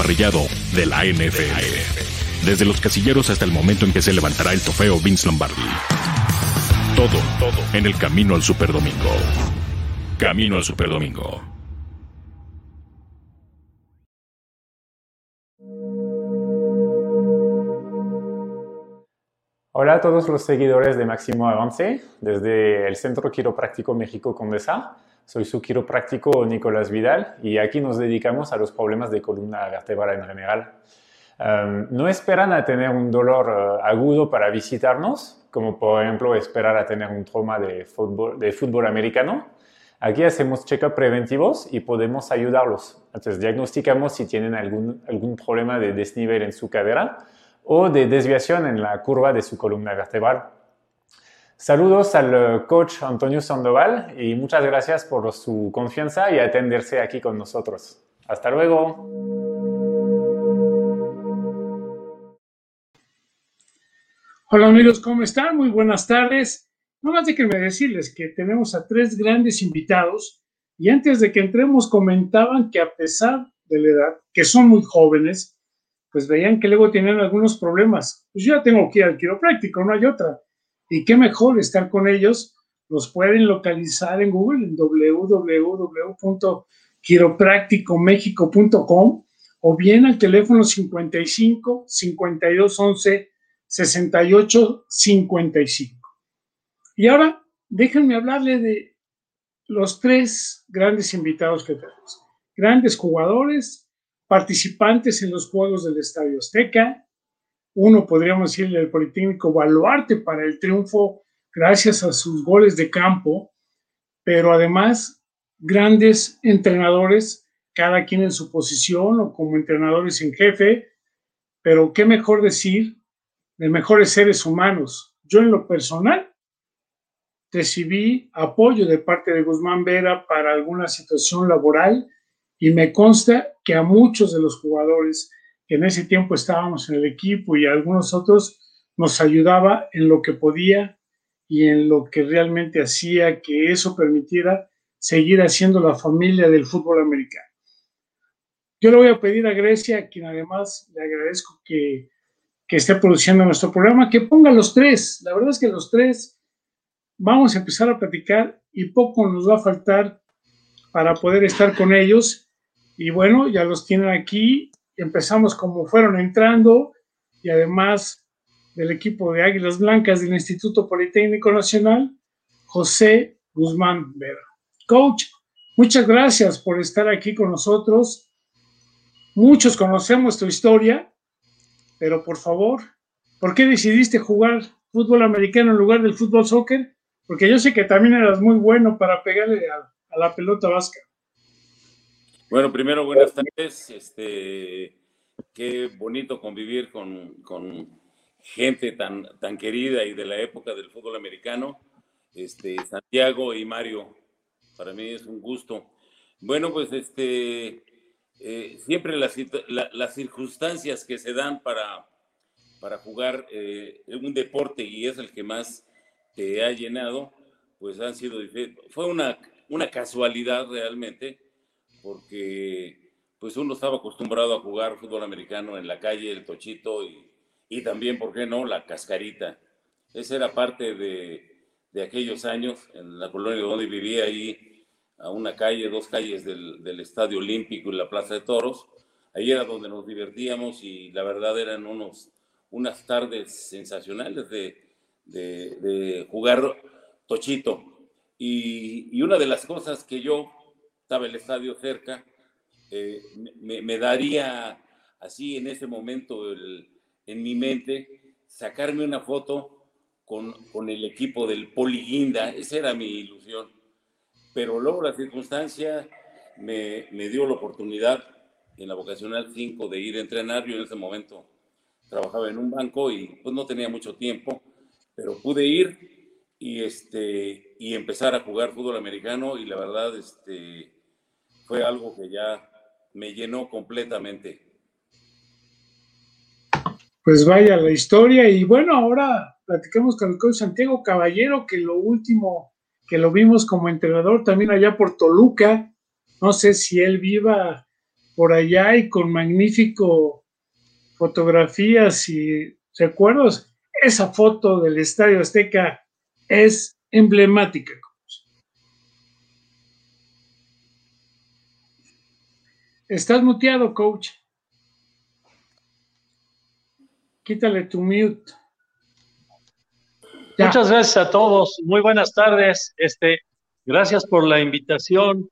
emparrillado de la NFL. Desde los casilleros hasta el momento en que se levantará el trofeo Vince Lombardi. Todo en el camino al Superdomingo. Camino al Superdomingo. Hola a todos los seguidores de Máximo Avance, desde el Centro Quiropráctico México Condesa. Soy su quiropráctico Nicolás Vidal y aquí nos dedicamos a los problemas de columna vertebral en general. No esperan a tener un dolor agudo para visitarnos, como por ejemplo esperar a tener un trauma de fútbol americano. Aquí hacemos check-up preventivos y podemos ayudarlos. Entonces diagnosticamos si tienen algún problema de desnivel en su cadera o de desviación en la curva de su columna vertebral. Saludos al coach Antonio Sandoval y muchas gracias por su confianza y atenderse aquí con nosotros. Hasta luego. Hola amigos, ¿cómo están? Muy buenas tardes. No más déjenme decirles que tenemos a 3 grandes invitados y antes de que entremos comentaban que a pesar de la edad, que son muy jóvenes, pues veían que luego tenían algunos problemas. Pues yo ya tengo que ir al quiropráctico, no hay otra. Y qué mejor estar con ellos. Los pueden localizar en Google, en www.quiroprácticomexico.com o bien al teléfono 55 52 11 68 55. Y ahora déjenme hablarle de los 3 grandes invitados que tenemos. Grandes jugadores, participantes en los Juegos del Estadio Azteca. Uno, podríamos decirle, el Politécnico Baluarte para el triunfo gracias a sus goles de campo, pero además grandes entrenadores, cada quien en su posición o como entrenadores en jefe, pero qué mejor decir de mejores seres humanos. Yo en lo personal recibí apoyo de parte de Guzmán Vera para alguna situación laboral y me consta que a muchos de los jugadores que en ese tiempo estábamos en el equipo y a algunos otros nos ayudaba en lo que podía y en lo que realmente hacía que eso permitiera seguir haciendo la familia del fútbol americano. Yo le voy a pedir a Grecia, a quien además le agradezco que esté produciendo nuestro programa, que ponga los 3. La verdad es que los 3 vamos a empezar a platicar y poco nos va a faltar para poder estar con ellos. Y bueno, ya los tienen aquí. Empezamos como fueron entrando y además del equipo de Águilas Blancas del Instituto Politécnico Nacional, José Guzmán Vera. Coach, muchas gracias por estar aquí con nosotros. Muchos conocemos tu historia, pero por favor, ¿por qué decidiste jugar fútbol americano en lugar del fútbol soccer? Porque yo sé que también eras muy bueno para pegarle a la pelota vasca. Bueno, primero, buenas tardes. Qué bonito convivir con gente tan querida y de la época del fútbol americano. Santiago y Mario, para mí es un gusto. Bueno, pues siempre las circunstancias que se dan para jugar un deporte y es el que más te ha llenado, pues han sido diferentes. Fue una casualidad realmente, porque pues uno estaba acostumbrado a jugar fútbol americano en la calle, el tochito y también, ¿por qué no?, la cascarita. Esa era parte de aquellos años en la colonia donde vivía, ahí a una calle, 2 calles del Estadio Olímpico y la Plaza de Toros. Ahí era donde nos divertíamos y la verdad eran unas tardes sensacionales de jugar tochito. Y una de las cosas que yo, estaba el estadio cerca, me daría así en ese momento en mi mente sacarme una foto con el equipo del Poli Guinda. Esa era mi ilusión, pero luego la circunstancia me dio la oportunidad en la vocacional 5 de ir a entrenar. Yo en ese momento trabajaba en un banco y pues no tenía mucho tiempo, pero pude ir y empezar a jugar fútbol americano y la verdad fue algo que ya me llenó completamente. Pues vaya la historia. Y bueno, ahora platicamos con el coach Santiago Caballero, que lo último que lo vimos como entrenador también allá por Toluca. No sé si él viva por allá y con magnífico fotografías y recuerdos. Esa foto del Estadio Azteca es emblemática. Estás muteado, coach. Quítale tu mute. Ya. Muchas gracias a todos. Muy buenas tardes. Gracias por la invitación.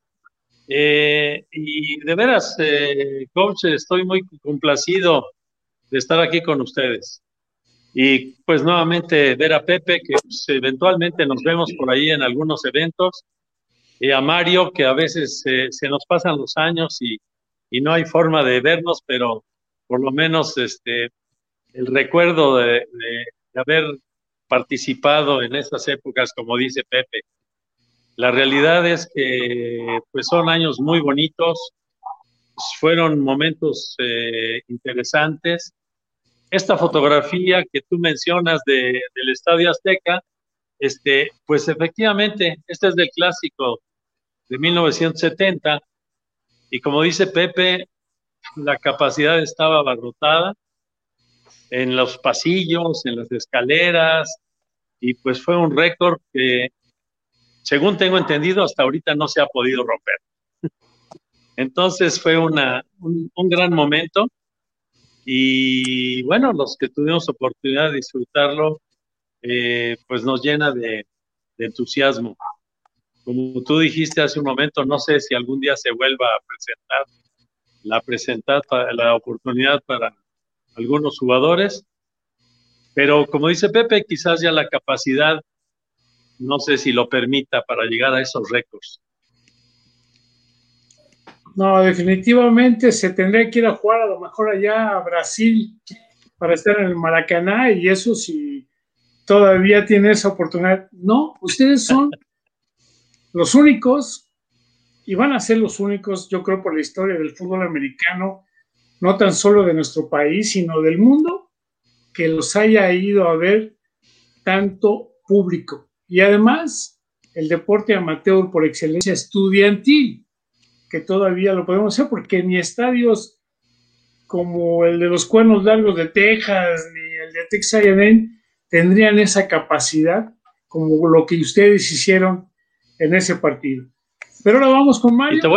Y de veras, coach, estoy muy complacido de estar aquí con ustedes. Y pues nuevamente ver a Pepe, que pues, eventualmente nos vemos por ahí en algunos eventos. Y a Mario, que a veces se nos pasan los años y no hay forma de vernos, pero por lo menos el recuerdo de haber participado en esas épocas, como dice Pepe. La realidad es que pues son años muy bonitos, fueron momentos interesantes. Esta fotografía que tú mencionas del Estadio Azteca, pues efectivamente, este es del clásico de 1970, y como dice Pepe, la capacidad estaba abarrotada en los pasillos, en las escaleras, y pues fue un récord que, según tengo entendido, hasta ahorita no se ha podido romper. Entonces fue un gran momento, y bueno, los que tuvimos oportunidad de disfrutarlo, pues nos llena de entusiasmo. Como tú dijiste hace un momento, no sé si algún día se vuelva a presentar la oportunidad para algunos jugadores, pero como dice Pepe, quizás ya la capacidad, no sé si lo permita para llegar a esos récords. No, definitivamente se tendría que ir a jugar a lo mejor allá a Brasil para estar en el Maracaná, y eso si todavía tiene esa oportunidad. No, ustedes son los únicos y van a ser los únicos, yo creo, por la historia del fútbol americano, no tan solo de nuestro país, sino del mundo, que los haya ido a ver tanto público. Y además, el deporte amateur por excelencia estudiantil, que todavía lo podemos hacer, porque ni estadios como el de los Cuernos Largos de Texas, ni el de Texas A&M tendrían esa capacidad como lo que ustedes hicieron en ese partido. Pero ahora vamos con Mario. Y te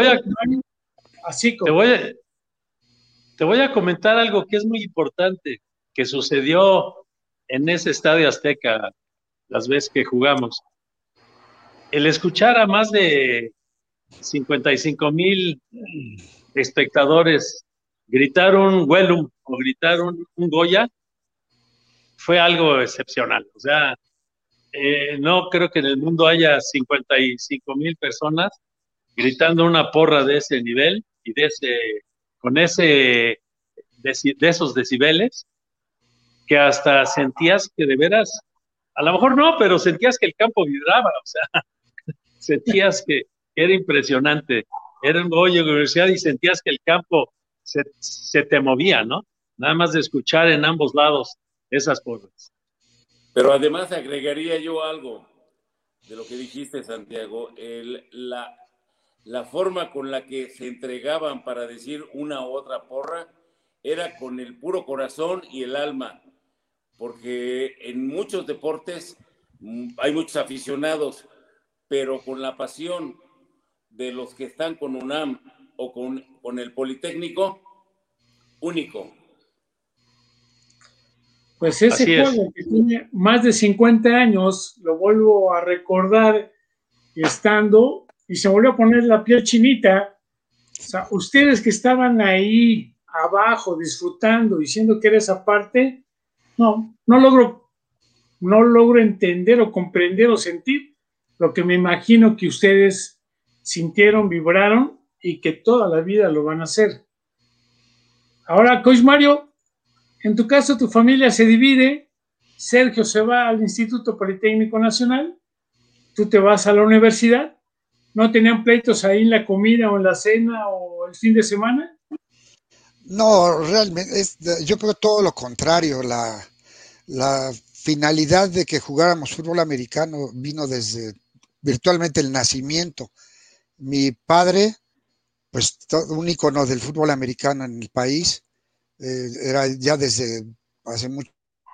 voy a comentar algo que es muy importante, que sucedió en ese Estadio Azteca las veces que jugamos. El escuchar a más de 55,000 espectadores gritar un Huelum o gritar un Goya fue algo excepcional. O sea, no creo que en el mundo haya 55,000 personas gritando una porra de ese nivel y de esos decibeles, que hasta sentías que de veras, a lo mejor no, pero sentías que el campo vibraba, o sea, sentías que era impresionante. Era un Goya Universidad y sentías que el campo se te movía, ¿no? Nada más de escuchar en ambos lados esas porras. Pero además agregaría yo algo de lo que dijiste, Santiago, la forma con la que se entregaban para decir una u otra porra era con el puro corazón y el alma, porque en muchos deportes hay muchos aficionados, pero con la pasión de los que están con UNAM o con el Politécnico, único. Pues ese juego que tiene más de 50 años, lo vuelvo a recordar estando, y se volvió a poner la piel chinita. O sea, ustedes que estaban ahí abajo disfrutando, diciendo que era esa parte, no logro entender o comprender o sentir lo que me imagino que ustedes sintieron, vibraron y que toda la vida lo van a hacer. Ahora, Coach Mario, en tu caso tu familia se divide, Sergio se va al Instituto Politécnico Nacional, tú te vas a la universidad. ¿No tenían pleitos ahí en la comida o en la cena o el fin de semana? No, realmente, yo creo todo lo contrario. La finalidad de que jugáramos fútbol americano vino desde virtualmente el nacimiento. Mi padre pues un ícono del fútbol americano en el país. Era ya desde hace mucho,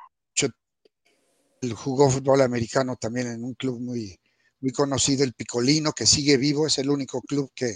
él jugó fútbol americano también en un club muy, muy conocido, el Picolino, que sigue vivo, es el único club que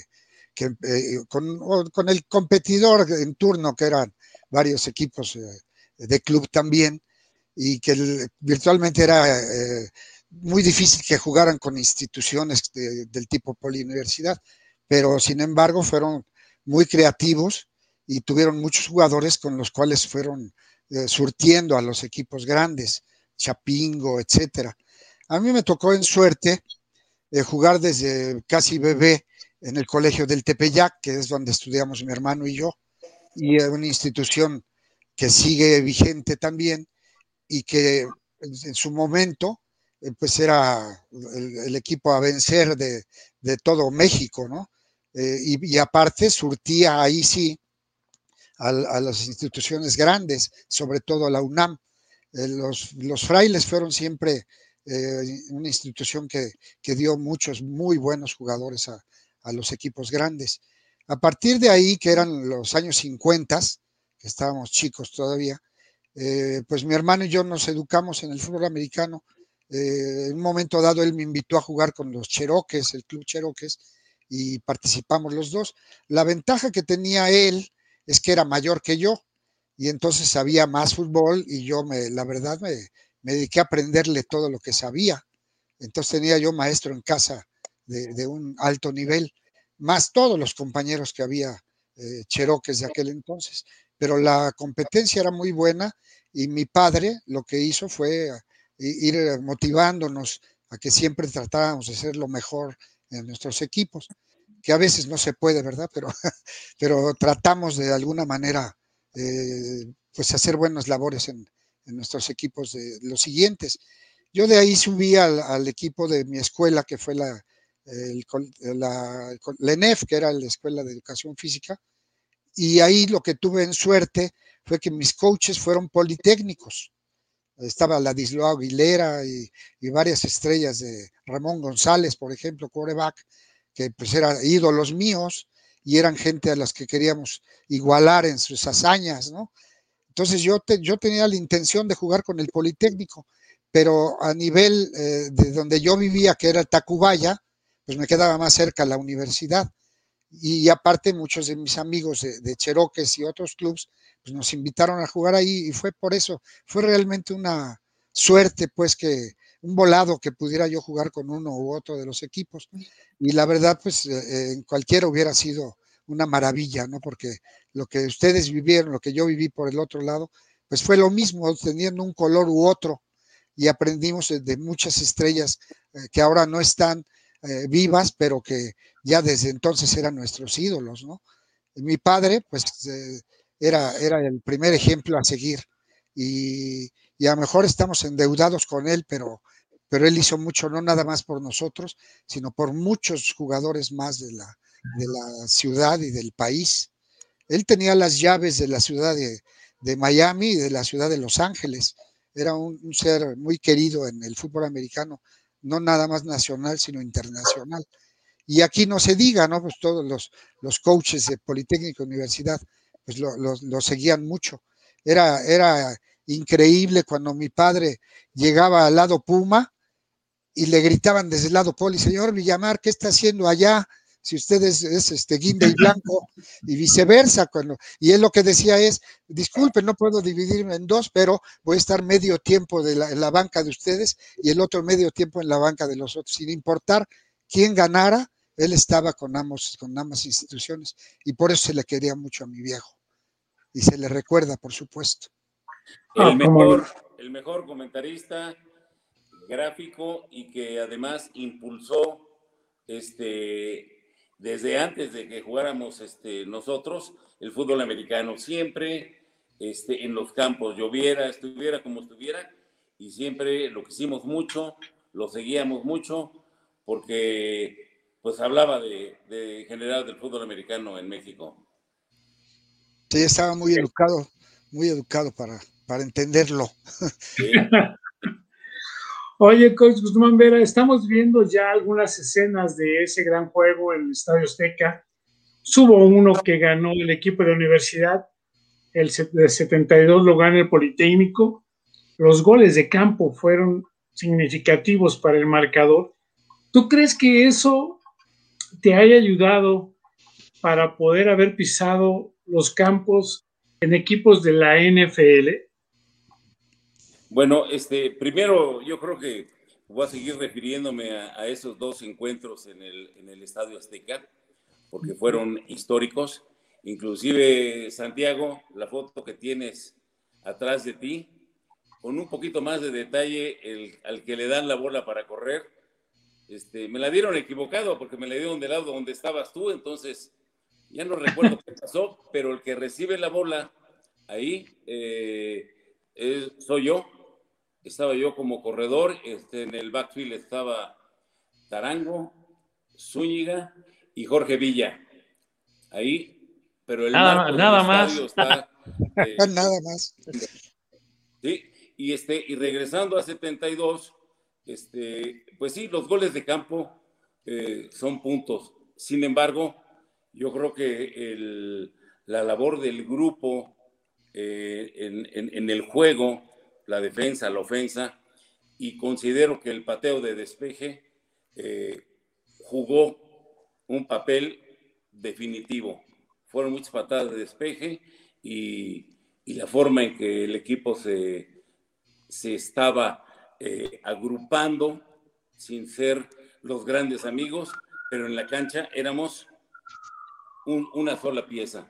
con el competidor en turno, que eran varios equipos de club también, y que virtualmente era muy difícil que jugaran con instituciones del tipo poliuniversidad, pero sin embargo fueron muy creativos y tuvieron muchos jugadores con los cuales fueron surtiendo a los equipos grandes, Chapingo, etcétera. A mí me tocó en suerte jugar desde casi bebé en el colegio del Tepeyac, que es donde estudiamos mi hermano y yo, y es una institución que sigue vigente también y que en su momento pues era el equipo a vencer de todo México, ¿no? Y aparte surtía ahí sí a las instituciones grandes, sobre todo a la UNAM. Los frailes fueron siempre una institución que dio muchos muy buenos jugadores a los equipos grandes. A partir de ahí, que eran los años 50, que estábamos chicos todavía, pues mi hermano y yo nos educamos en el fútbol americano. En un momento dado él me invitó a jugar con los Cherokees, el club Cherokees, y participamos los dos. La ventaja que tenía él es que era mayor que yo y entonces sabía más fútbol y yo la verdad me dediqué a aprenderle todo lo que sabía. Entonces tenía yo maestro en casa de un alto nivel, más todos los compañeros que había Cherokees de aquel entonces. Pero la competencia era muy buena y mi padre lo que hizo fue ir motivándonos a que siempre tratáramos de ser lo mejor en nuestros equipos, que a veces no se puede, ¿verdad? Pero tratamos de alguna manera pues hacer buenas labores en nuestros equipos de los siguientes. Yo de ahí subí al equipo de mi escuela, que fue la ENEF, que era la Escuela de Educación Física, y ahí lo que tuve en suerte fue que mis coaches fueron politécnicos. Estaba Ladislao Aguilera y varias estrellas de Ramón González, por ejemplo, quarterback, que pues eran ídolos míos y eran gente a las que queríamos igualar en sus hazañas, ¿no? Entonces yo tenía la intención de jugar con el Politécnico, pero a nivel de donde yo vivía, que era Tacubaya, pues me quedaba más cerca la universidad. Y aparte muchos de mis amigos de Cherokees y otros clubs pues nos invitaron a jugar ahí y fue por eso, fue realmente una suerte pues que un volado que pudiera yo jugar con uno u otro de los equipos y la verdad pues en cualquiera hubiera sido una maravilla, ¿no? Porque lo que ustedes vivieron, lo que yo viví por el otro lado, pues fue lo mismo, teniendo un color u otro y aprendimos de muchas estrellas que ahora no están vivas, pero que ya desde entonces eran nuestros ídolos, ¿no? Mi padre, pues, era el primer ejemplo a seguir y a lo mejor estamos endeudados con él, pero él hizo mucho, no nada más por nosotros, sino por muchos jugadores más de la ciudad y del país. Él tenía las llaves de la ciudad de Miami y de la ciudad de Los Ángeles. Era un ser muy querido en el fútbol americano, no nada más nacional, sino internacional. Y aquí no se diga, ¿no? Pues todos los coaches de Politécnico Universidad, pues lo seguían mucho. Era increíble cuando mi padre llegaba al lado Puma y le gritaban desde el lado Poli, señor Villamar, ¿qué está haciendo allá? Si usted es guinda y blanco, y viceversa. Y él lo que decía es, disculpen, no puedo dividirme en dos, pero voy a estar medio tiempo en la banca de ustedes y el otro medio tiempo en la banca de los otros, sin importar quién ganara, él estaba con ambas instituciones y por eso se le quería mucho a mi viejo y se le recuerda, por supuesto. El mejor comentarista gráfico y que además impulsó desde antes de que jugáramos nosotros el fútbol americano, siempre en los campos, lloviera, estuviera como estuviera, y siempre lo quisimos mucho, lo seguíamos mucho, porque pues hablaba de general del fútbol americano en México. Sí, estaba muy educado para entenderlo. Sí. Oye, Coach Guzmán Vera, estamos viendo ya algunas escenas de ese gran juego en el Estadio Azteca, Hubo uno que ganó el equipo de la universidad, el de 72 lo gana el Politécnico. Los goles de campo fueron significativos para el marcador. ¿Tú crees que eso te haya ayudado para poder haber pisado los campos en equipos de la NFL? Bueno, primero yo creo que voy a seguir refiriéndome a esos dos encuentros en el Estadio Azteca, porque fueron históricos. Inclusive, Santiago, la foto que tienes atrás de ti, con un poquito más de detalle, al que le dan la bola para correr, me la dieron equivocado, porque me la dieron del lado donde estabas tú, entonces ya no recuerdo qué pasó, pero el que recibe la bola ahí soy yo. Estaba yo como corredor, en el backfield estaba Tarango, Zúñiga y Jorge Villa. Ahí, pero el marco del estadio está... nada más. Sí, y regresando a 72, pues sí, los goles de campo son puntos. Sin embargo, yo creo que la labor del grupo en el juego, la defensa, la ofensa, y considero que el pateo de despeje jugó un papel definitivo. Fueron muchas patadas de despeje y la forma en que el equipo se estaba agrupando sin ser los grandes amigos, pero en la cancha éramos una sola pieza.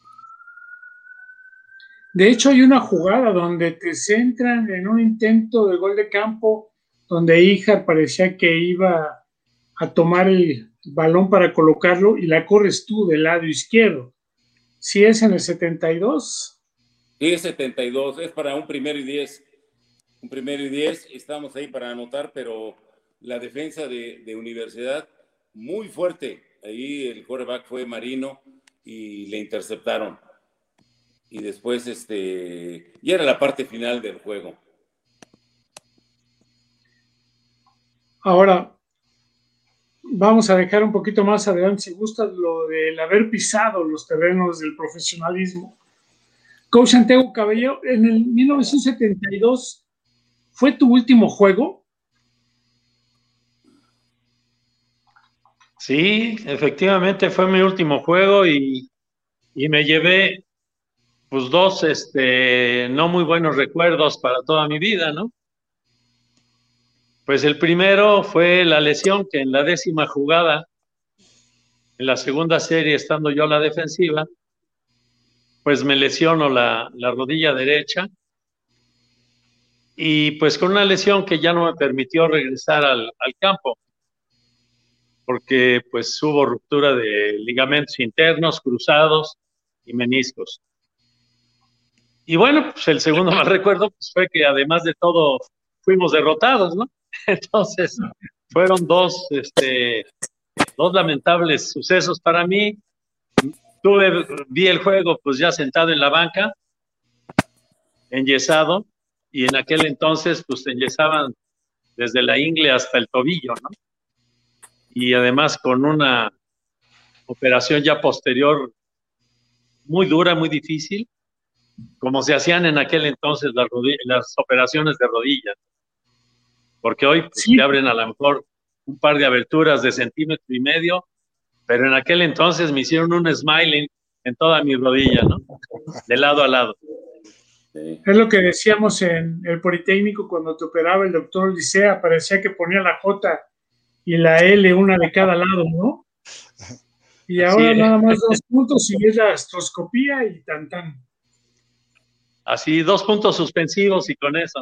De hecho, hay una jugada donde te centran en un intento de gol de campo, donde Híjar parecía que iba a tomar el balón para colocarlo y la corres tú del lado izquierdo. ¿Sí es en el 72? Sí, es 72, es para un 1º y 10. Un 1º y 10, estamos ahí para anotar, pero la defensa de Universidad muy fuerte. Ahí el quarterback fue Marino y le interceptaron. Y después, ya era la parte final del juego. Ahora, vamos a dejar un poquito más adelante, si gustas, lo del haber pisado los terrenos del profesionalismo. Coach Santiago Cabello, en el 1972, ¿fue tu último juego? Sí, efectivamente fue mi último juego y me llevé pues dos no muy buenos recuerdos para toda mi vida, ¿no? Pues el primero fue la lesión que en la 10ª jugada, en la segunda serie, estando yo a la defensiva, pues me lesiono la rodilla derecha y pues con una lesión que ya no me permitió regresar al campo, porque pues hubo ruptura de ligamentos internos, cruzados y meniscos. Y bueno, pues el segundo mal recuerdo pues fue que además de todo fuimos derrotados, ¿no? Entonces fueron dos lamentables sucesos para mí. Vi el juego pues ya sentado en la banca, enyesado, y en aquel entonces pues te enyesaban desde la ingle hasta el tobillo, ¿no? Y además con una operación ya posterior muy dura, muy difícil, como se hacían en aquel entonces las operaciones de rodillas. Porque hoy pues, sí, te abren a lo mejor un par de aberturas de 1,5 centímetros, pero en aquel entonces me hicieron un smiling en toda mi rodilla, ¿no? De lado a lado. Es lo que decíamos en el Politécnico cuando te operaba el doctor Licea, parecía que ponía la J y la L una de cada lado, ¿no? Y ahora nada más 2 puntos y es la astroscopía y tan. Así, 2 puntos suspensivos y con eso.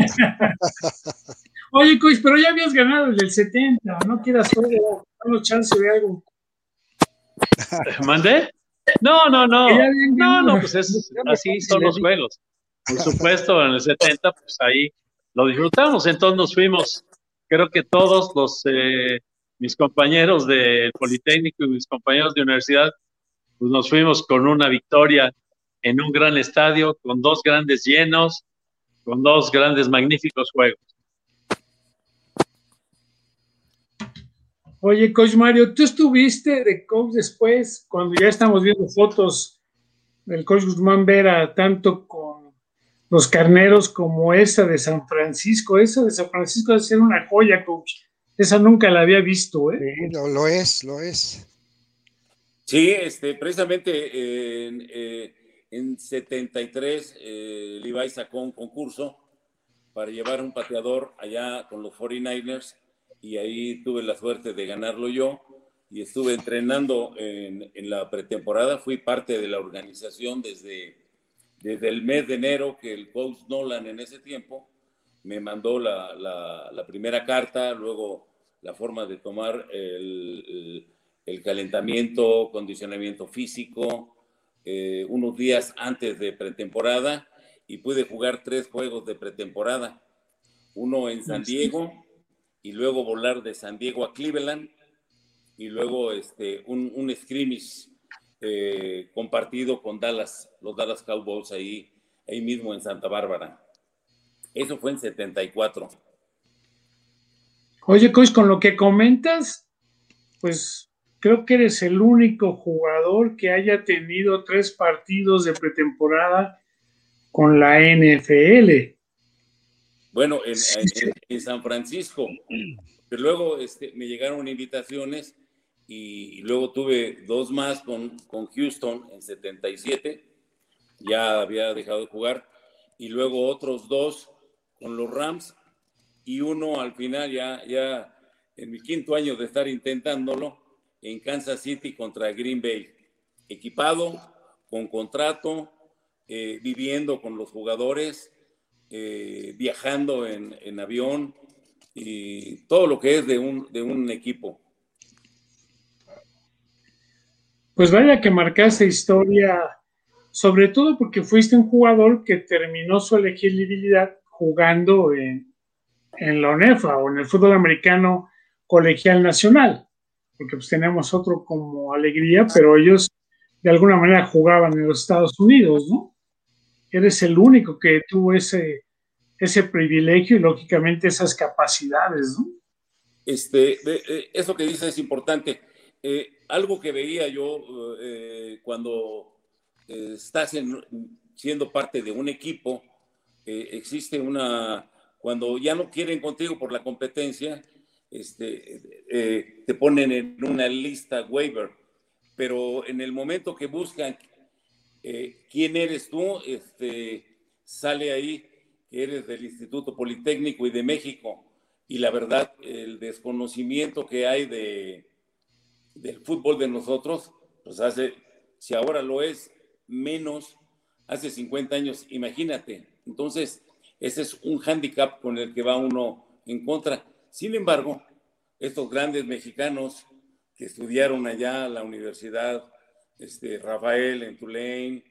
Oye, coach, pero ya habías ganado el del 70, ¿no quieras juego? Danos chance de algo. ¿Mandé? No, pues así son los juegos. Por supuesto, en el 70, pues ahí lo disfrutamos, entonces nos fuimos, creo que todos mis compañeros del Politécnico y mis compañeros de universidad, pues nos fuimos con una victoria en un gran estadio, con 2 grandes llenos, con 2 grandes, magníficos juegos. Oye, Coach Mario, ¿tú estuviste de coach después, cuando ya estamos viendo fotos del Coach Guzmán Vera, tanto con los Carneros como esa de San Francisco? Esa de San Francisco debe ser una joya, Coach. Esa nunca la había visto, ¿eh? Sí, lo es. Sí, precisamente en 73 Levi sacó un concurso para llevar un pateador allá con los 49ers y ahí tuve la suerte de ganarlo yo y estuve entrenando en la pretemporada. Fui parte de la organización desde el mes de enero, que el coach Nolan en ese tiempo me mandó la primera carta, luego la forma de tomar el calentamiento, condicionamiento físico, unos días antes de pretemporada, y pude jugar 3 juegos de pretemporada, uno en San Diego y luego volar de San Diego a Cleveland y luego un scrimmage compartido con los Dallas Cowboys ahí mismo en Santa Bárbara. Eso fue en 74. Oye, Coach, con lo que comentas, pues creo que eres el único jugador que haya tenido 3 partidos de pretemporada con la NFL. Bueno, en San Francisco, pero luego me llegaron invitaciones y luego tuve 2 más con Houston en 77, ya había dejado de jugar, y luego otros 2 con los Rams y uno al final ya en mi 5º año de estar intentándolo en Kansas City contra Green Bay, equipado, con contrato, viviendo con los jugadores, viajando en avión y todo lo que es de un equipo. Pues vaya que marcaste historia, sobre todo porque fuiste un jugador que terminó su elegibilidad jugando en la UNEFA o en el fútbol americano colegial nacional, porque pues tenemos otro como Alegría, pero ellos de alguna manera jugaban en los Estados Unidos, ¿no? Eres el único que tuvo ese privilegio y lógicamente esas capacidades, ¿no? Eso que dices es importante. Algo que veía yo cuando estás siendo parte de un equipo, existe cuando ya no quieren contigo por la competencia, te ponen en una lista waiver, pero en el momento que buscan quién eres tú, sale ahí que eres del Instituto Politécnico y de México, y la verdad, el desconocimiento que hay del fútbol de nosotros, pues si ahora lo es menos, hace 50 años, imagínate. Entonces, ese es un hándicap con el que va uno en contra. Sin embargo, estos grandes mexicanos que estudiaron allá en la universidad, Rafael en Tulane,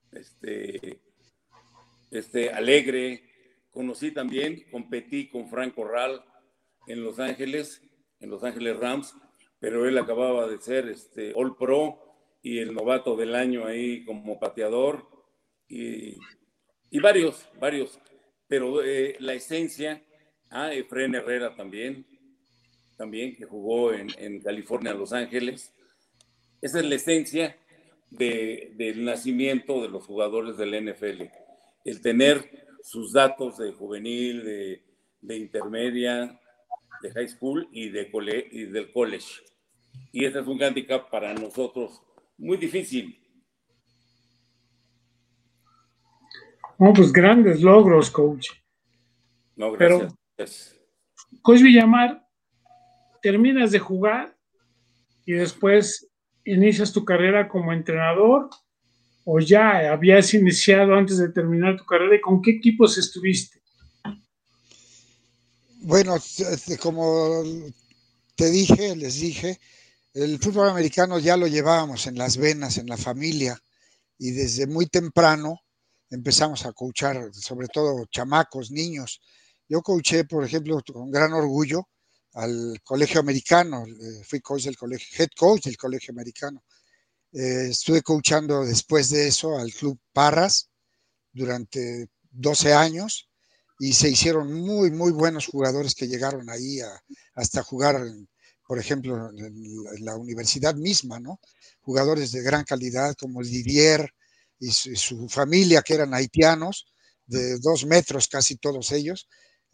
Alegre, conocí también, competí con Frank Corral en Los Ángeles Rams, pero él acababa de ser All Pro y el novato del año ahí como pateador y varios, pero la esencia, Efraín Herrera también que jugó en California, Los Ángeles. Esa es la esencia del nacimiento de los jugadores del NFL, el tener sus datos de juvenil, de intermedia, de high school y del college. Y ese es un handicap para nosotros muy difícil. No, pues grandes logros, coach. No, gracias. Pero, Coach Villamar, terminas de jugar y después inicias tu carrera como entrenador, o ya habías iniciado antes de terminar tu carrera, ¿y con qué equipos estuviste? Bueno, como les dije, el fútbol americano ya lo llevábamos en las venas, en la familia, y desde muy temprano empezamos a coachar, sobre todo chamacos, niños. Yo coaché, por ejemplo, con gran orgullo al colegio americano, fui coach del colegio, head coach del colegio americano. Estuve coachando después de eso al Club Parras durante 12 años y se hicieron muy, muy buenos jugadores que llegaron ahí hasta jugar en por ejemplo, en la universidad misma, ¿no? Jugadores de gran calidad como Didier y su familia, que eran haitianos, de 2 metros casi todos ellos,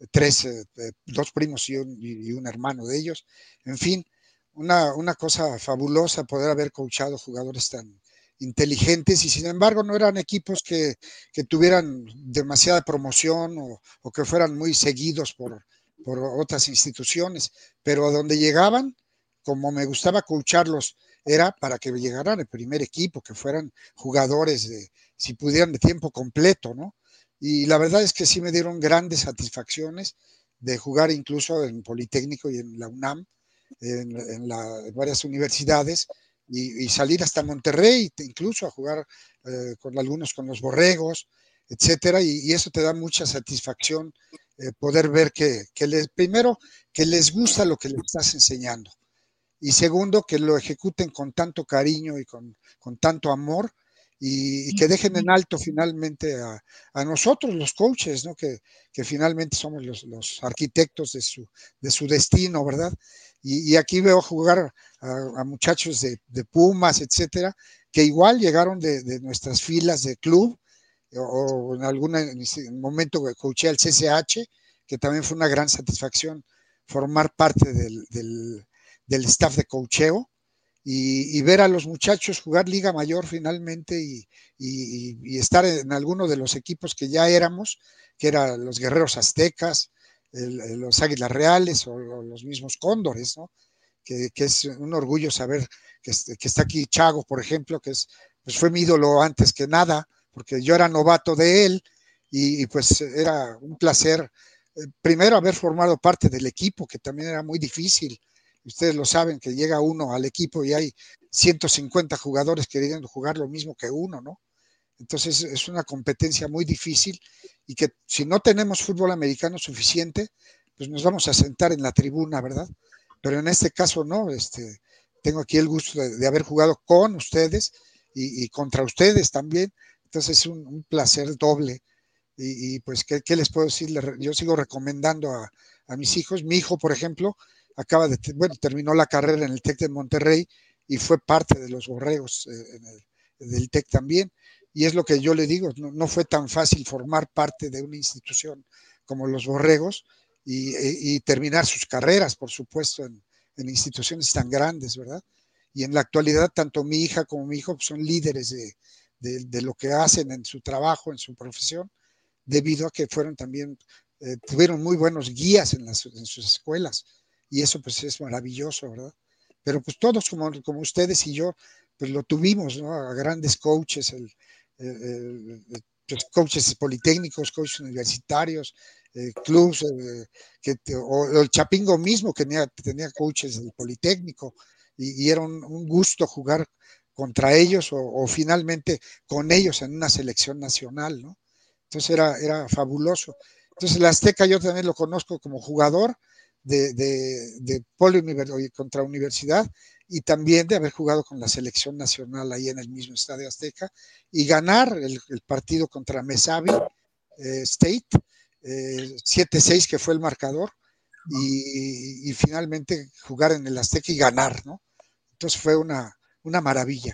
dos primos y un hermano de ellos. En fin, una cosa fabulosa poder haber coachado jugadores tan inteligentes y sin embargo no eran equipos que tuvieran demasiada promoción o que fueran muy seguidos por otras instituciones, pero a donde llegaban, como me gustaba coacharlos, era para que llegaran al primer equipo, que fueran jugadores si pudieran de tiempo completo, ¿no? Y la verdad es que sí me dieron grandes satisfacciones de jugar incluso en Politécnico y en la UNAM, en varias universidades, y salir hasta Monterrey, incluso a jugar con algunos, con los Borregos, etcétera, y eso te da mucha satisfacción, poder ver primero, que les gusta lo que les estás enseñando, y segundo, que lo ejecuten con tanto cariño y con tanto amor, y que dejen en alto finalmente a nosotros, los coaches, ¿no? Que finalmente somos los arquitectos de su destino, ¿verdad? Y aquí veo jugar a muchachos de Pumas, etcétera, que igual llegaron de nuestras filas de club, o en algún momento coaché al CCH, que también fue una gran satisfacción formar parte del staff de coacheo, y ver a los muchachos jugar Liga Mayor finalmente y estar en alguno de los equipos que ya éramos, que eran los Guerreros Aztecas, los Águilas Reales o los mismos Cóndores, ¿no? Que es un orgullo saber que está aquí Chago, por ejemplo, pues fue mi ídolo antes que nada, porque yo era novato de él, y pues era un placer, primero haber formado parte del equipo, que también era muy difícil. Ustedes lo saben, que llega uno al equipo y hay 150 jugadores queriendo jugar lo mismo que uno, ¿no? Entonces es una competencia muy difícil, y que si no tenemos fútbol americano suficiente, pues nos vamos a sentar en la tribuna, ¿verdad? Pero en este caso no, tengo aquí el gusto de haber jugado con ustedes y contra ustedes también, entonces es un placer doble, y pues, ¿qué les puedo decir? Yo sigo recomendando a mis hijos. Mi hijo, por ejemplo, terminó la carrera en el TEC de Monterrey y fue parte de los Borregos del TEC también, y es lo que yo le digo, no fue tan fácil formar parte de una institución como los Borregos y terminar sus carreras, por supuesto, en instituciones tan grandes, ¿verdad? Y en la actualidad, tanto mi hija como mi hijo son líderes de lo que hacen en su trabajo, en su profesión, debido a que fueron también, tuvieron muy buenos guías en sus escuelas, y eso pues es maravilloso, ¿verdad? Pero pues todos como ustedes y yo, pues lo tuvimos, ¿no? A grandes coaches, pues, coaches politécnicos, coaches universitarios, clubs, o el Chapingo mismo, que tenía coaches del Politécnico, y era un gusto jugar contra ellos o finalmente con ellos en una selección nacional, ¿no? Entonces era fabuloso. Entonces el Azteca yo también lo conozco como jugador de poli contra universidad, y también de haber jugado con la selección nacional ahí en el mismo Estadio Azteca, y ganar el partido contra Mesabi State, 7-6 que fue el marcador, y finalmente jugar en el Azteca y ganar, ¿no? Entonces fue una maravilla.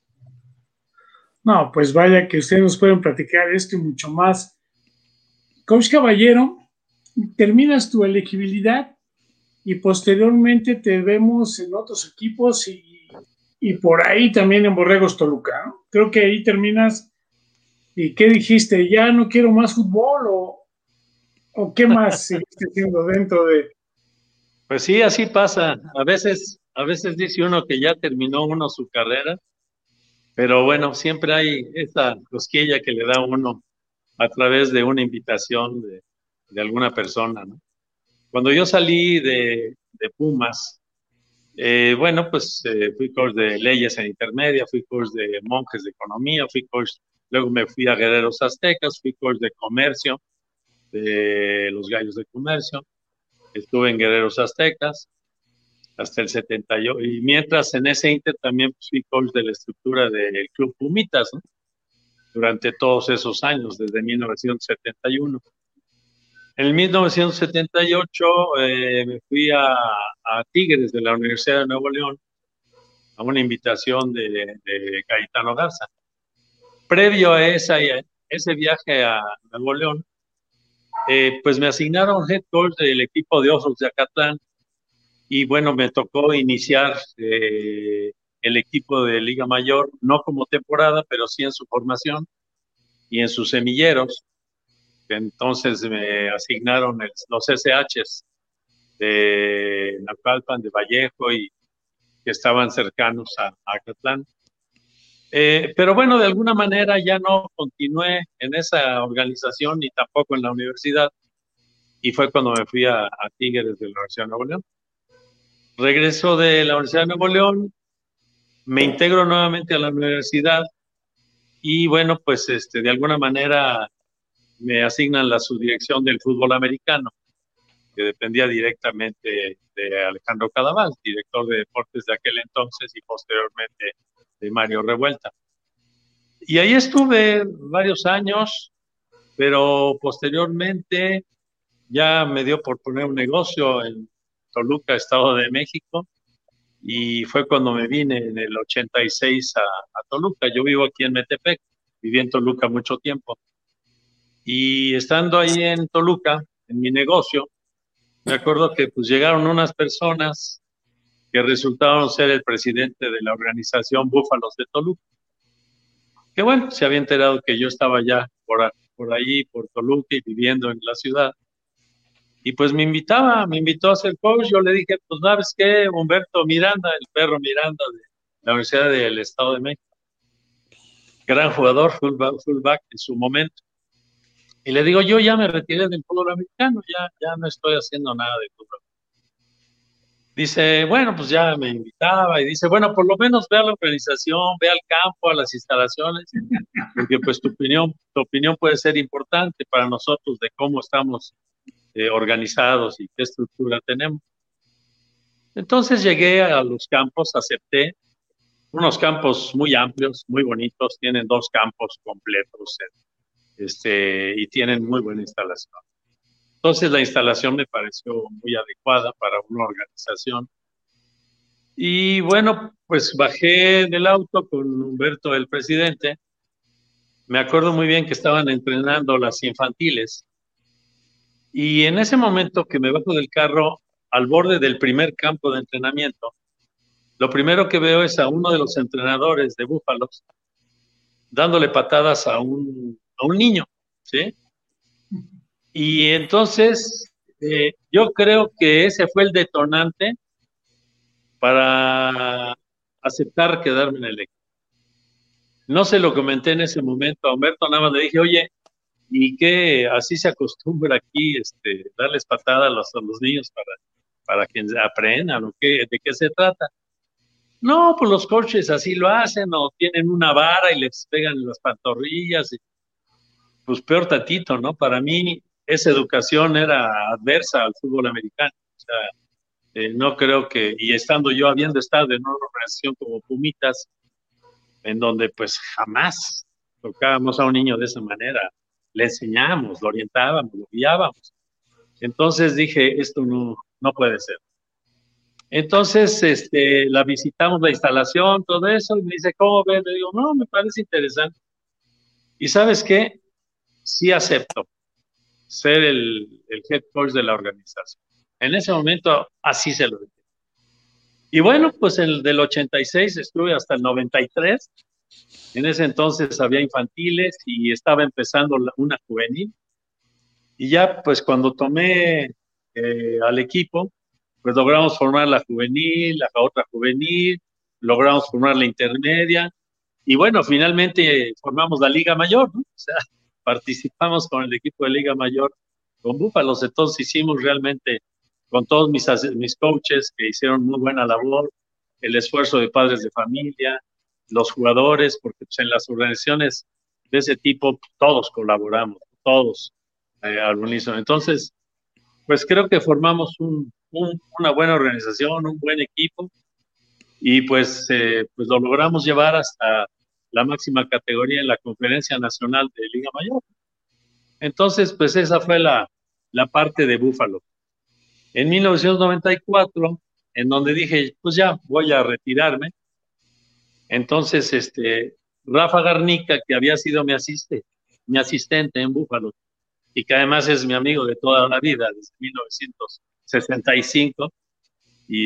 No, pues vaya que ustedes nos pueden platicar esto y mucho más. Coach Caballero, terminas tu elegibilidad y posteriormente te vemos en otros equipos y por ahí también en Borregos Toluca, ¿no? Creo que ahí terminas. ¿Y qué dijiste? ¿Ya no quiero más fútbol o qué más seguiste haciendo dentro de...? Pues sí, así pasa. A veces dice uno que ya terminó uno su carrera, pero bueno, siempre hay esa cosquilla que le da uno a través de una invitación de alguna persona, ¿no? Cuando yo salí de Pumas, bueno, pues fui coach de leyes en intermedia, fui coach de monjes de economía, luego me fui a Guerreros Aztecas, fui coach de comercio, de los Gallos de Comercio, estuve en Guerreros Aztecas hasta el 78, y mientras en ese inter también fui coach de la estructura del Club Pumitas, ¿no? Durante todos esos años, desde 1971. En 1978 me fui a Tigres de la Universidad de Nuevo León a una invitación de Cayetano Garza. Previo a ese viaje a Nuevo León, pues me asignaron head coach del equipo de Osos de Acatlán y bueno, me tocó iniciar el equipo de Liga Mayor, no como temporada, pero sí en su formación y en sus semilleros. Entonces me asignaron los SHs de Naucalpan, de Vallejo y que estaban cercanos a Acatlán. Pero bueno, de alguna manera ya no continué en esa organización ni tampoco en la universidad y fue cuando me fui a Tigres de la Universidad de Nuevo León. Regreso de la Universidad de Nuevo León, me integro nuevamente a la universidad y bueno, pues de alguna manera me asignan la subdirección del fútbol americano, que dependía directamente de Alejandro Cadaval, director de deportes de aquel entonces y posteriormente de Mario Revuelta. Y ahí estuve varios años, pero posteriormente ya me dio por poner un negocio en Toluca, Estado de México, y fue cuando me vine en el 86 a Toluca. Yo vivo aquí en Metepec, viví en Toluca mucho tiempo. Y estando ahí en Toluca, en mi negocio, me acuerdo que pues llegaron unas personas que resultaron ser el presidente de la organización Búfalos de Toluca. Que bueno, se había enterado que yo estaba ya por ahí, por Toluca y viviendo en la ciudad. Y pues me invitó a ser coach. Yo le dije, pues, ¿sabes qué? Humberto Miranda, el perro Miranda de la Universidad del Estado de México. Gran jugador, fullback en su momento. Y le digo, yo ya me retiré del fútbol americano, ya no estoy haciendo nada de fútbol. Dice, bueno, pues ya me invitaba y dice, bueno, por lo menos ve a la organización, ve al campo, a las instalaciones, porque pues tu opinión puede ser importante para nosotros de cómo estamos organizados y qué estructura tenemos. Entonces llegué a los campos, acepté, unos campos muy amplios, muy bonitos, tienen 2 campos completos y tienen muy buena instalación. Entonces la instalación me pareció muy adecuada para una organización. Y bueno, pues bajé del auto con Humberto, el presidente. Me acuerdo muy bien que estaban entrenando las infantiles. Y en ese momento que me bajo del carro, al borde del primer campo de entrenamiento, lo primero que veo es a uno de los entrenadores de Búfalos dándole patadas a un niño, ¿sí? Y entonces yo creo que ese fue el detonante para aceptar quedarme en el equipo. No se lo comenté en ese momento a Humberto, nada más le dije, oye, ¿y qué así se acostumbra aquí darles patadas a los niños para que aprendan o de qué se trata? No, pues los coaches así lo hacen o tienen una vara y les pegan en las pantorrillas. Pues peor tantito, ¿no? Para mí esa educación era adversa al fútbol americano. O sea, no creo que, y estando yo habiendo estado en una organización como Pumitas, en donde pues jamás tocábamos a un niño de esa manera, le enseñábamos, lo orientábamos, lo guiábamos. Entonces dije, esto no puede ser. Entonces, la visitamos, la instalación, todo eso, y me dice, ¿cómo ves? Le digo, no, me parece interesante. ¿Y sabes qué? Sí acepto ser el head coach de la organización. En ese momento, así se lo dije. Y bueno, pues del 86 estuve hasta el 93. En ese entonces había infantiles y estaba empezando una juvenil. Y ya, pues cuando tomé al equipo, pues logramos formar la juvenil, la otra juvenil, logramos formar la intermedia y bueno, finalmente formamos la Liga Mayor, ¿no? O sea, participamos con el equipo de Liga Mayor con Búfalos, entonces hicimos realmente con todos mis coaches que hicieron muy buena labor, el esfuerzo de padres de familia, los jugadores, porque pues, en las organizaciones de ese tipo todos colaboramos, todos al unísono. Entonces, pues creo que formamos una buena organización, un buen equipo y pues lo logramos llevar hasta la máxima categoría en la Conferencia Nacional de Liga Mayor. Entonces, pues esa fue la la parte de Búfalo. En 1994, en donde dije, pues ya voy a retirarme, entonces Rafa Garnica, que había sido mi asistente en Búfalo, y que además es mi amigo de toda la vida, desde 1965, y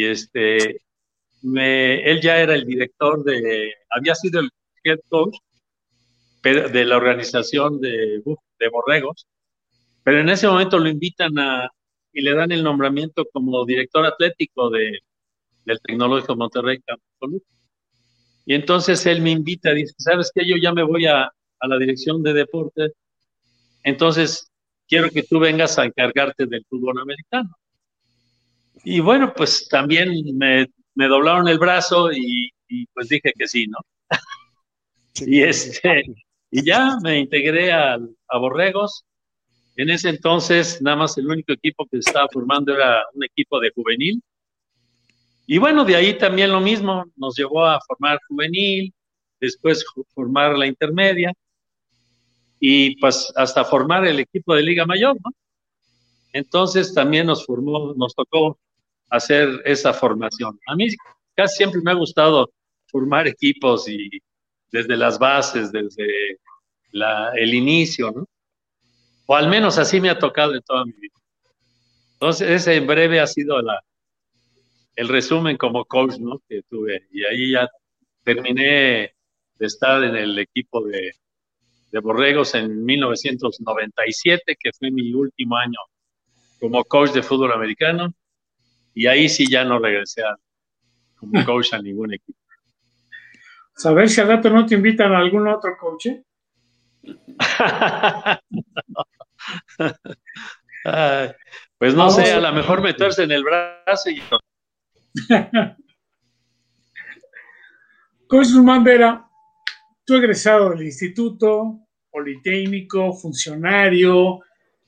él ya era el director había sido el head coach de la organización de Borregos, pero en ese momento lo invitan y le dan el nombramiento como director atlético del Tecnológico Monterrey Campus. Y entonces él me invita, dice, ¿sabes qué? Yo ya me voy a la dirección de deportes, entonces quiero que tú vengas a encargarte del fútbol americano. Y bueno, pues también me doblaron el brazo y pues dije que sí, ¿no? Sí, y ya me integré a Borregos. En ese entonces, nada más el único equipo que estaba formando era un equipo de juvenil. Y bueno, de ahí también lo mismo, nos llevó a formar juvenil, después formar la intermedia y pues hasta formar el equipo de Liga Mayor, ¿no? Entonces también nos tocó hacer esa formación. A mí casi siempre me ha gustado formar equipos y desde las bases, desde el inicio, ¿no? O al menos así me ha tocado en toda mi vida. Entonces, ese en breve ha sido el resumen como coach, ¿no? Que tuve. Y ahí ya terminé de estar en el equipo de Borregos en 1997, que fue mi último año como coach de fútbol americano. Y ahí sí ya no regresé como coach a ningún equipo. Saber si al rato no te invitan a algún otro coach. Pues no sé, a lo mejor meterse en el brazo y... Coach Román Vera, tú egresado del Instituto Politécnico, funcionario,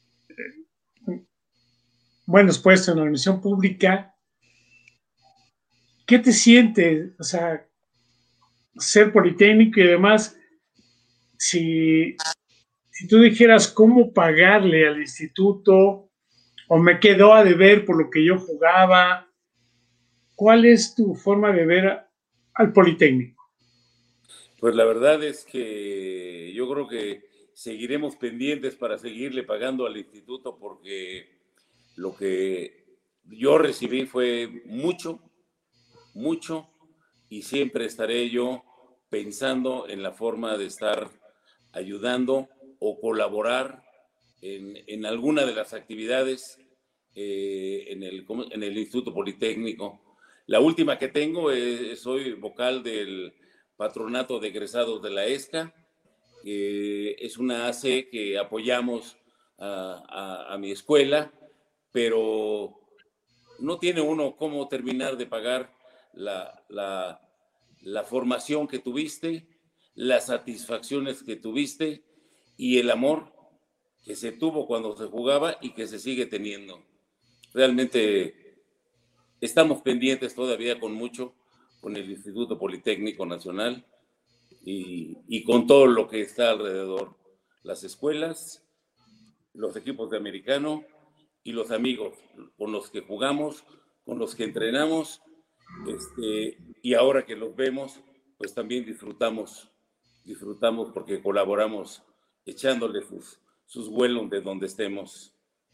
buenos puestos en la universidad pública. ¿Qué te sientes? O sea, ser politécnico y además, si tú dijeras cómo pagarle al instituto o me quedó a deber por lo que yo jugaba, ¿cuál es tu forma de ver al Politécnico? Pues la verdad es que yo creo que seguiremos pendientes para seguirle pagando al instituto porque lo que yo recibí fue mucho, mucho, y siempre estaré yo pensando en la forma de estar ayudando o colaborar en alguna de las actividades en el Instituto Politécnico. La última que tengo soy vocal del Patronato de Egresados de la ESCA, es una AC que apoyamos a mi escuela, pero no tiene uno cómo terminar de pagar la formación que tuviste, las satisfacciones que tuviste y el amor que se tuvo cuando se jugaba y que se sigue teniendo. Realmente estamos pendientes todavía con mucho con el Instituto Politécnico Nacional y con todo lo que está alrededor, las escuelas, los equipos de americano y los amigos con los que jugamos, con los que entrenamos, y ahora que los vemos, pues también disfrutamos porque colaboramos echándole sus vuelos de donde estemos.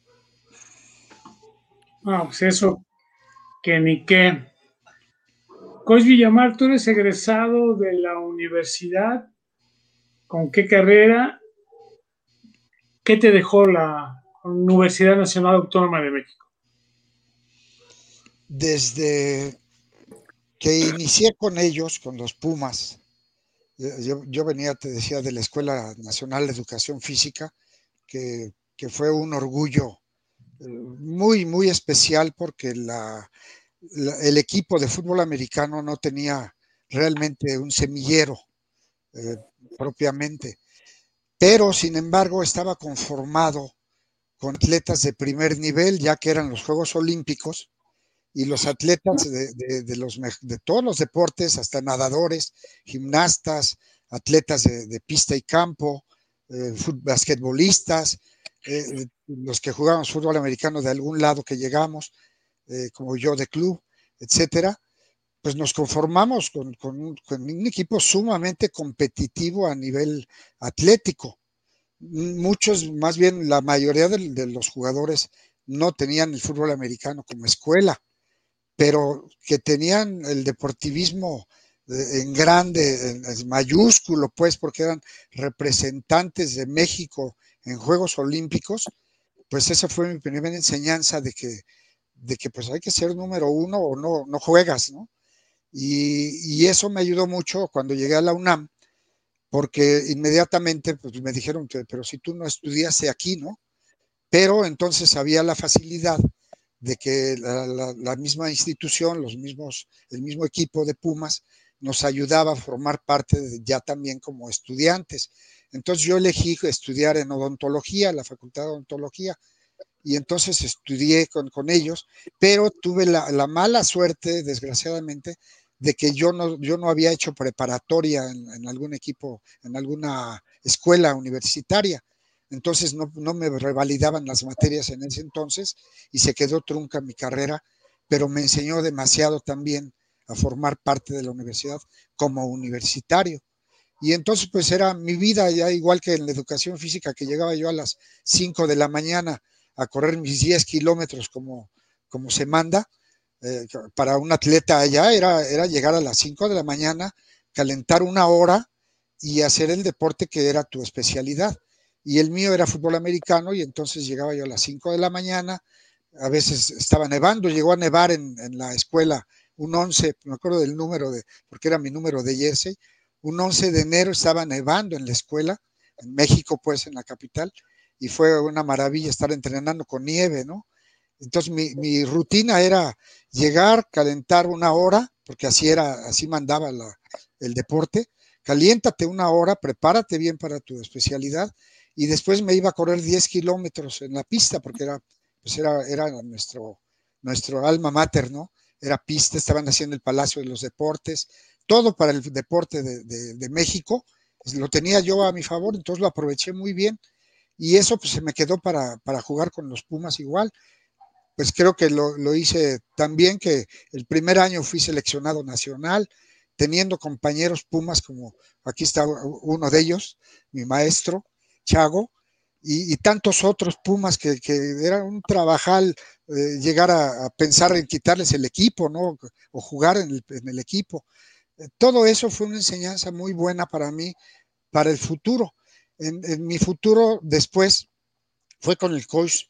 Pues eso, que ni qué. Coach Villamar, tú eres egresado de la universidad. ¿Con qué carrera? ¿Qué te dejó la Universidad Nacional Autónoma de México? Desde que inicié con ellos, con los Pumas, yo venía, te decía, de la Escuela Nacional de Educación Física, que fue un orgullo muy, muy especial porque el equipo de fútbol americano no tenía realmente un semillero propiamente, pero sin embargo estaba conformado con atletas de primer nivel, ya que eran los Juegos Olímpicos, y los atletas de todos los deportes, hasta nadadores, gimnastas, atletas de pista y campo, basquetbolistas, los que jugábamos fútbol americano de algún lado que llegamos, como yo de club, etcétera, pues nos conformamos con un equipo sumamente competitivo a nivel atlético. Muchos, más bien la mayoría de los jugadores no tenían el fútbol americano como escuela, pero que tenían el deportivismo en grande, en mayúsculo, pues, porque eran representantes de México en Juegos Olímpicos. Pues esa fue mi primera enseñanza de que pues hay que ser número uno o no juegas, ¿no? Y eso me ayudó mucho cuando llegué a la UNAM, porque inmediatamente pues, me dijeron que, pero si tú no estudiaste aquí, ¿no? Pero entonces había la facilidad de que la misma institución, el mismo equipo de Pumas nos ayudaba a formar parte ya también como estudiantes. Entonces yo elegí estudiar en odontología, la Facultad de Odontología, y entonces estudié con ellos, pero tuve la mala suerte, desgraciadamente, de que yo no había hecho preparatoria en algún equipo, en alguna escuela universitaria. Entonces no me revalidaban las materias en ese entonces y se quedó trunca mi carrera, pero me enseñó demasiado también a formar parte de la universidad como universitario. Y entonces pues era mi vida ya igual que en la educación física, que llegaba yo a las 5 de la mañana a correr mis 10 kilómetros como se manda. Para un atleta allá era llegar a las 5 de la mañana, calentar una hora y hacer el deporte que era tu especialidad. Y el mío era fútbol americano, y entonces llegaba yo a las 5 de la mañana, a veces estaba nevando, llegó a nevar en la escuela un 11, me acuerdo del número, porque era mi número de jersey, un 11 de enero estaba nevando en la escuela, en México, pues en la capital, y fue una maravilla estar entrenando con nieve, ¿no? Entonces mi rutina era llegar, calentar una hora, porque así mandaba el deporte, caliéntate una hora, prepárate bien para tu especialidad, y después me iba a correr 10 kilómetros en la pista, porque era nuestro alma mater, ¿no? Era pista, estaban haciendo el Palacio de los Deportes, todo para el deporte de México, lo tenía yo a mi favor, entonces lo aproveché muy bien, y eso pues se me quedó para jugar con los Pumas igual. Pues creo que lo hice tan bien que el primer año fui seleccionado nacional, teniendo compañeros Pumas como aquí está uno de ellos, mi maestro, Chago, y tantos otros Pumas que era un trabajal llegar a pensar en quitarles el equipo, ¿no? O jugar en el equipo. Todo eso fue una enseñanza muy buena para mí, para el futuro. En mi futuro después fue con el coach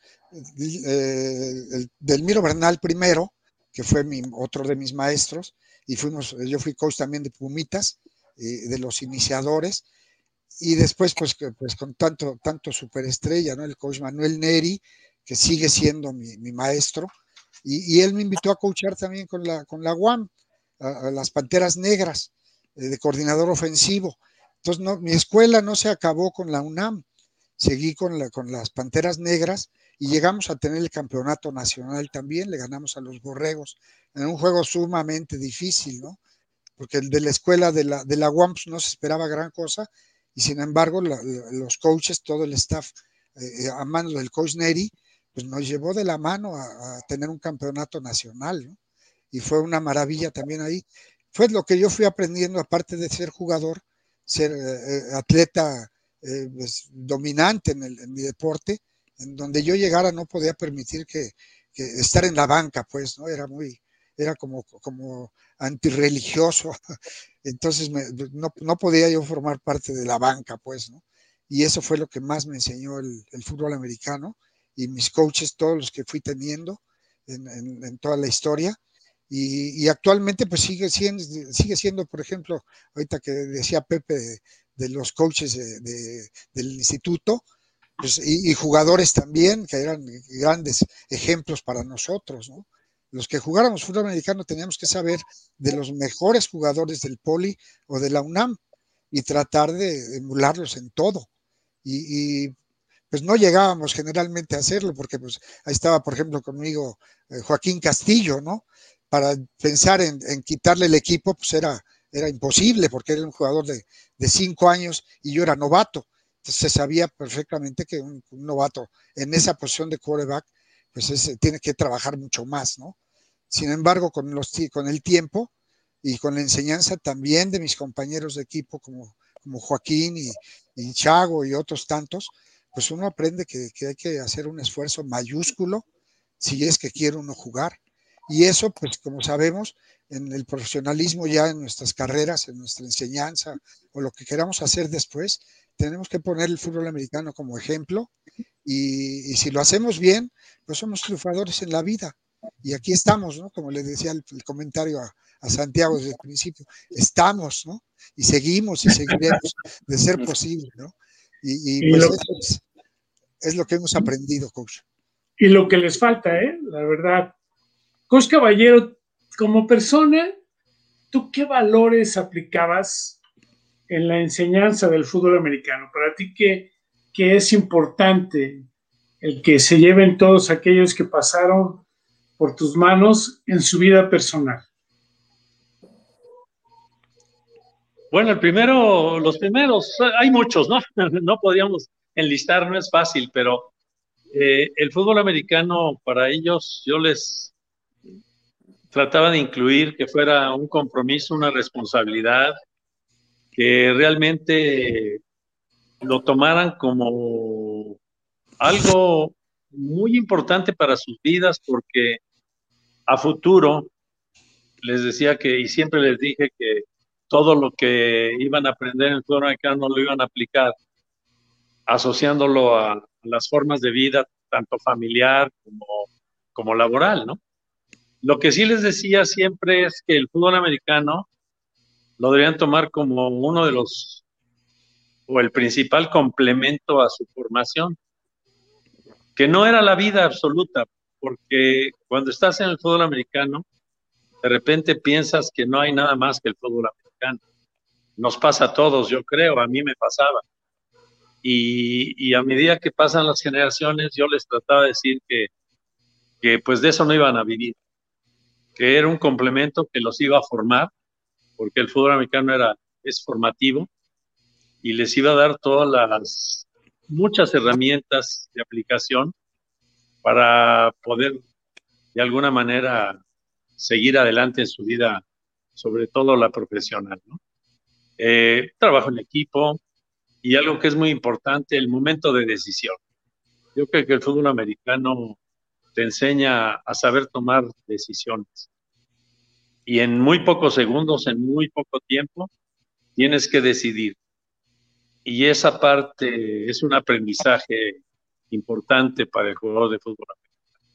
Delmiro Bernal primero, que fue otro de mis maestros, y yo fui coach también de Pumitas, de los iniciadores, y después pues con tanto superestrella, ¿no? El coach Manuel Neri, que sigue siendo mi maestro, y él me invitó a coachar también con la UAM, a las Panteras Negras, de coordinador ofensivo. Entonces mi escuela no se acabó con la UNAM, seguí con las Panteras Negras y llegamos a tener el campeonato nacional también, le ganamos a los Borregos en un juego sumamente difícil, ¿no? Porque el de la escuela de la UAM no se esperaba gran cosa, y sin embargo los coaches, todo el staff a manos del coach Neri, pues nos llevó de la mano a tener un campeonato nacional, ¿no? Y fue una maravilla también ahí. Fue lo que yo fui aprendiendo, aparte de ser jugador, ser atleta pues, dominante en mi deporte, en donde yo llegara no podía permitir que estar en la banca, pues, ¿no? Era como antirreligioso, entonces no podía yo formar parte de la banca, pues, ¿no? Y eso fue lo que más me enseñó el fútbol americano, y mis coaches, todos los que fui teniendo en toda la historia. Y actualmente pues sigue siendo, por ejemplo, ahorita que decía Pepe de los coaches del instituto, pues, y jugadores también, que eran grandes ejemplos para nosotros, ¿no? Los que jugáramos fútbol americano teníamos que saber de los mejores jugadores del Poli o de la UNAM y tratar de emularlos en todo. Y pues no llegábamos generalmente a hacerlo, porque pues ahí estaba, por ejemplo, conmigo Joaquín Castillo, ¿no? Para pensar en quitarle el equipo, pues era imposible, porque era un jugador de 5 años y yo era novato. Entonces se sabía perfectamente que un novato en esa posición de quarterback, pues tiene que trabajar mucho más, ¿no? Sin embargo, con el tiempo y con la enseñanza también de mis compañeros de equipo como Joaquín y Chago y otros tantos, pues uno aprende que hay que hacer un esfuerzo mayúsculo si es que quiere uno jugar. Y eso, pues como sabemos, en el profesionalismo ya en nuestras carreras, en nuestra enseñanza o lo que queramos hacer después, tenemos que poner el fútbol americano como ejemplo y si lo hacemos bien, pues somos triunfadores en la vida. Y aquí estamos, ¿no? Como le decía el comentario a Santiago desde el principio, estamos, ¿no? Y seguimos y seguiremos de ser posible, ¿no? Y pues eso es lo que hemos aprendido, coach. Y lo que les falta, la verdad. Coach Caballero, como persona, ¿tú qué valores aplicabas en la enseñanza del fútbol americano? Para ti, ¿qué es importante el que se lleven todos aquellos que pasaron por tus manos en su vida personal? Bueno, los primeros, hay muchos, ¿no? No podíamos enlistar, no es fácil, pero el fútbol americano, para ellos, yo les trataba de incluir que fuera un compromiso, una responsabilidad, que realmente lo tomaran como algo muy importante para sus vidas, porque a futuro les decía y siempre les dije que todo lo que iban a aprender en el fútbol americano lo iban a aplicar, asociándolo a las formas de vida, tanto familiar como laboral, ¿no? Lo que sí les decía siempre es que el fútbol americano lo deberían tomar como uno de los, o el principal complemento a su formación, que no era la vida absoluta, porque cuando estás en el fútbol americano, de repente piensas que no hay nada más que el fútbol americano. Nos pasa a todos, yo creo, a mí me pasaba. Y a medida que pasan las generaciones, yo les trataba de decir que pues de eso no iban a vivir, que era un complemento que los iba a formar, porque el fútbol americano es formativo y les iba a dar muchas herramientas de aplicación para poder de alguna manera seguir adelante en su vida, sobre todo la profesional, ¿no? Trabajo en equipo y algo que es muy importante, el momento de decisión. Yo creo que el fútbol americano te enseña a saber tomar decisiones y en muy pocos segundos, en muy poco tiempo, tienes que decidir. Y esa parte es un aprendizaje importante para el jugador de fútbol americano.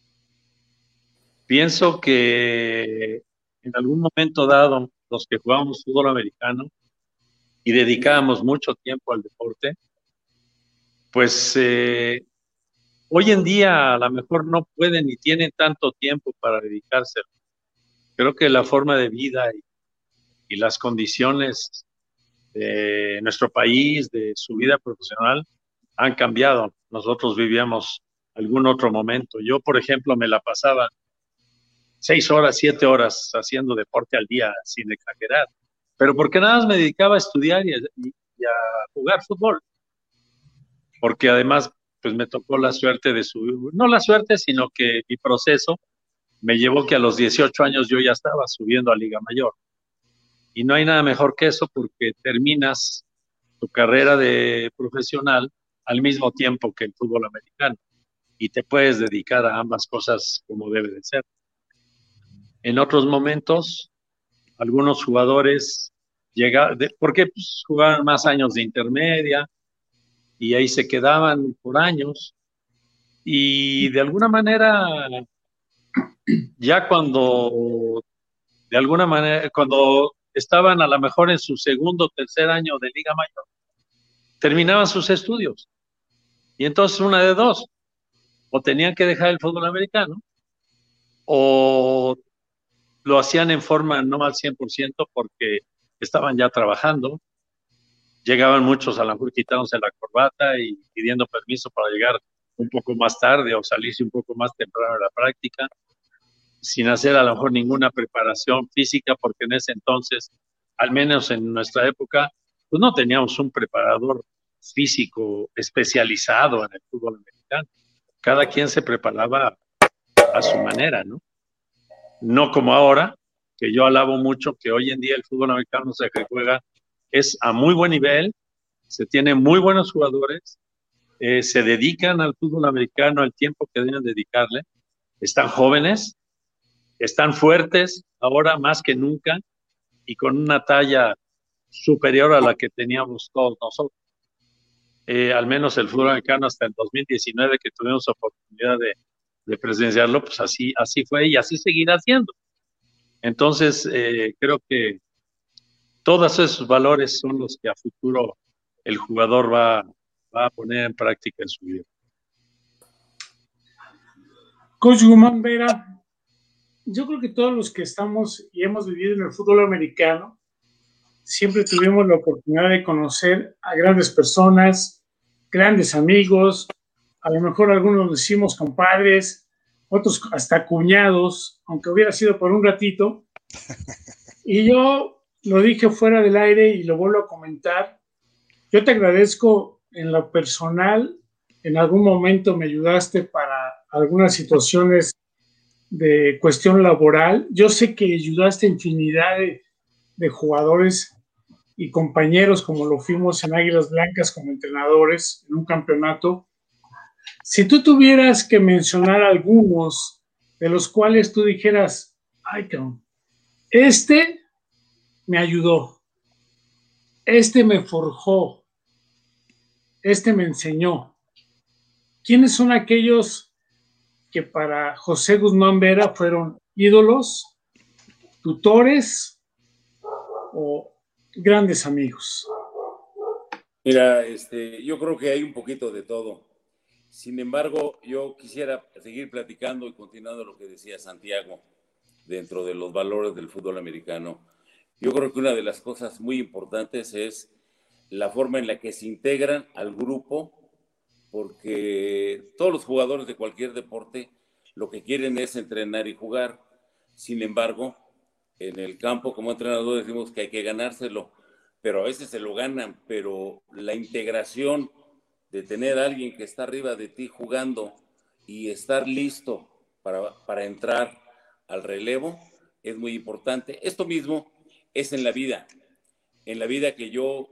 Pienso que en algún momento dado, los que jugábamos fútbol americano y dedicábamos mucho tiempo al deporte, pues hoy en día a lo mejor no pueden ni tienen tanto tiempo para dedicarse. Creo que la forma de vida y las condiciones de nuestro país, de su vida profesional, han cambiado. Nosotros vivíamos algún otro momento. Yo, por ejemplo, me la pasaba 6 horas, 7 horas haciendo deporte al día, sin exagerar. Pero porque nada más me dedicaba a estudiar y a jugar fútbol. Porque además, pues me tocó la suerte no la suerte, sino que mi proceso me llevó que a los 18 años yo ya estaba subiendo a Liga Mayor. Y no hay nada mejor que eso porque terminas tu carrera de profesional al mismo tiempo que el fútbol americano y te puedes dedicar a ambas cosas como debe de ser. En otros momentos, algunos jugadores porque pues, jugaban más años de intermedia y ahí se quedaban por años y de alguna manera ya cuando estaban a lo mejor en su segundo o tercer año de Liga Mayor, terminaban sus estudios. Y entonces una de dos, o tenían que dejar el fútbol americano, o lo hacían en forma no al 100% porque estaban ya trabajando. Llegaban muchos a lo mejor quitándose la corbata y pidiendo permiso para llegar un poco más tarde o salirse un poco más temprano de la práctica, sin hacer a lo mejor ninguna preparación física, porque en ese entonces, al menos en nuestra época, pues no teníamos un preparador físico especializado en el fútbol americano. Cada quien se preparaba a su manera, ¿no? No como ahora, que yo alabo mucho que hoy en día el fútbol americano se juega es a muy buen nivel, se tienen muy buenos jugadores, se dedican al fútbol americano el tiempo que deben dedicarle, están jóvenes, están fuertes, ahora más que nunca, y con una talla superior a la que teníamos todos nosotros. Al menos el fútbol americano hasta el 2019 que tuvimos oportunidad de presenciarlo, pues así fue y así seguirá siendo. Entonces, creo que todos esos valores son los que a futuro el jugador va a poner en práctica en su vida. Coach Guzmán Vera, yo creo que todos los que estamos y hemos vivido en el fútbol americano, siempre tuvimos la oportunidad de conocer a grandes personas, grandes amigos, a lo mejor algunos nos hicimos compadres, otros hasta cuñados, aunque hubiera sido por un ratito. Y yo lo dije fuera del aire y lo vuelvo a comentar. Yo te agradezco en lo personal, en algún momento me ayudaste para algunas situaciones de cuestión laboral. Yo sé que ayudaste a infinidad de jugadores y compañeros, como lo fuimos en Águilas Blancas como entrenadores en un campeonato. Si tú tuvieras que mencionar algunos de los cuales tú dijeras, ay, cabrón, este me ayudó, este me forjó, este me enseñó. ¿Quiénes son aquellos que para José Guzmán Vera fueron ídolos, tutores o grandes amigos? Mira, yo creo que hay un poquito de todo. Sin embargo, yo quisiera seguir platicando y continuando lo que decía Santiago dentro de los valores del fútbol americano. Yo creo que una de las cosas muy importantes es la forma en la que se integran al grupo, porque todos los jugadores de cualquier deporte lo que quieren es entrenar y jugar. Sin embargo, en el campo como entrenador decimos que hay que ganárselo, pero a veces se lo ganan, pero la integración de tener a alguien que está arriba de ti jugando y estar listo para entrar al relevo es muy importante. Esto mismo es en la vida que yo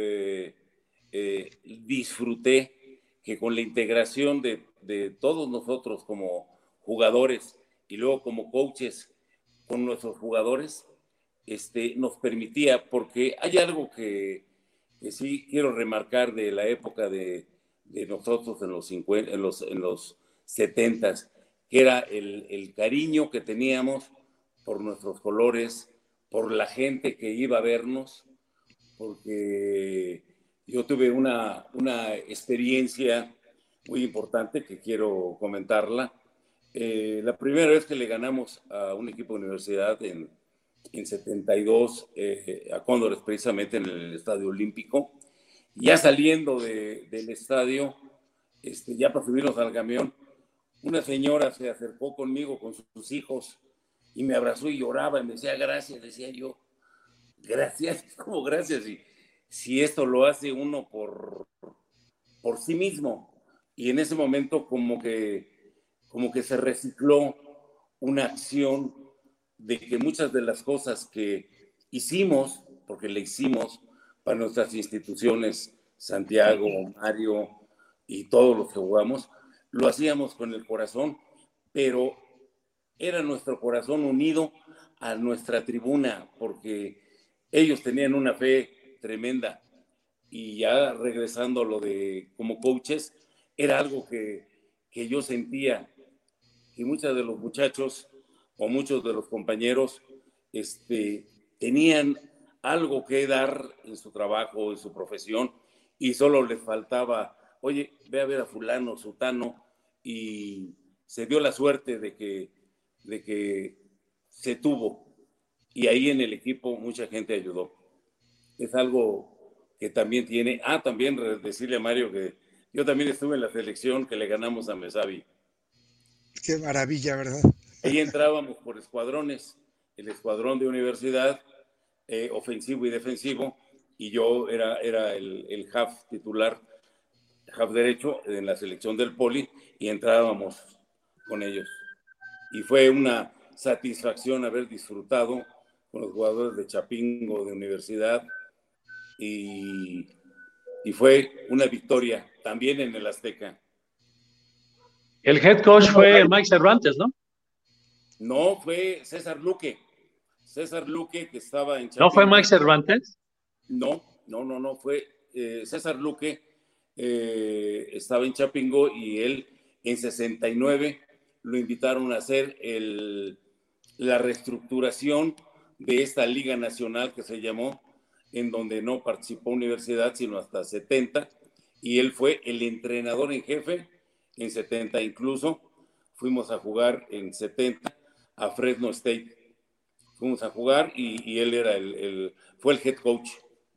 disfruté, que con la integración de todos nosotros como jugadores y luego como coaches con nuestros jugadores, nos permitía, porque hay algo que sí quiero remarcar de la época de nosotros en los 50, en los 70s, que era el cariño que teníamos por nuestros colores, por la gente que iba a vernos, porque yo tuve una experiencia muy importante que quiero comentarla. La primera vez que le ganamos a un equipo de universidad en 72 a Cóndores, precisamente en el Estadio Olímpico, ya saliendo del estadio, ya para subirnos al camión, una señora se acercó conmigo con sus hijos y me abrazó y lloraba y me decía gracias. Decía yo, gracias, ¿cómo gracias? Si esto lo hace uno por sí mismo. Y en ese momento como que se recicló una acción de que muchas de las cosas que hicimos, porque le hicimos para nuestras instituciones, Santiago, Mario y todos los que jugamos, lo hacíamos con el corazón, pero era nuestro corazón unido a nuestra tribuna, porque ellos tenían una fe tremenda. Y ya regresando a lo de como coaches, era algo que yo sentía, que muchos de los muchachos o muchos de los compañeros tenían algo que dar en su trabajo, en su profesión, y solo les faltaba, oye, ve a ver a fulano, sutano, y se dio la suerte de que se tuvo, y ahí en el equipo mucha gente ayudó. Es algo que también tiene, también decirle a Mario que yo también estuve en la selección que le ganamos a Mesabi. Qué maravilla, ¿verdad? Ahí entrábamos por escuadrones, el escuadrón de universidad, ofensivo y defensivo, y yo era el half titular, half derecho en la selección del Poli, y entrábamos con ellos. Y fue una satisfacción haber disfrutado con los jugadores de Chapingo, de Universidad, y fue una victoria también en el Azteca. El head coach fue Mike Cervantes, ¿no? No, fue César Luque. César Luque, que estaba en Chapingo. ¿No fue Mike Cervantes? No, fue César Luque, estaba en Chapingo, y él en 69 lo invitaron a hacer la reestructuración de esta Liga Nacional que se llamó, en donde no participó Universidad sino hasta 70, y él fue el entrenador en jefe en 70. Incluso fuimos a jugar en 70 a Fresno State. Fuimos a jugar y él era fue el head coach.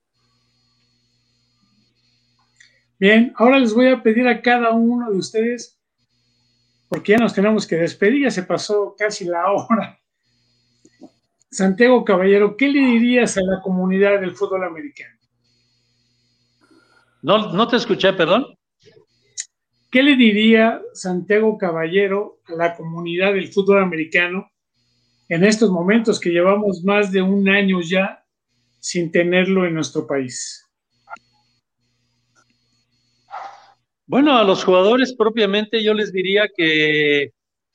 Bien, ahora les voy a pedir a cada uno de ustedes, porque ya nos tenemos que despedir, ya se pasó casi la hora. Santiago Caballero, ¿qué le dirías a la comunidad del fútbol americano? No te escuché, perdón. ¿Qué le diría Santiago Caballero a la comunidad del fútbol americano en estos momentos que llevamos más de un año ya sin tenerlo en nuestro país? Bueno, a los jugadores propiamente yo les diría que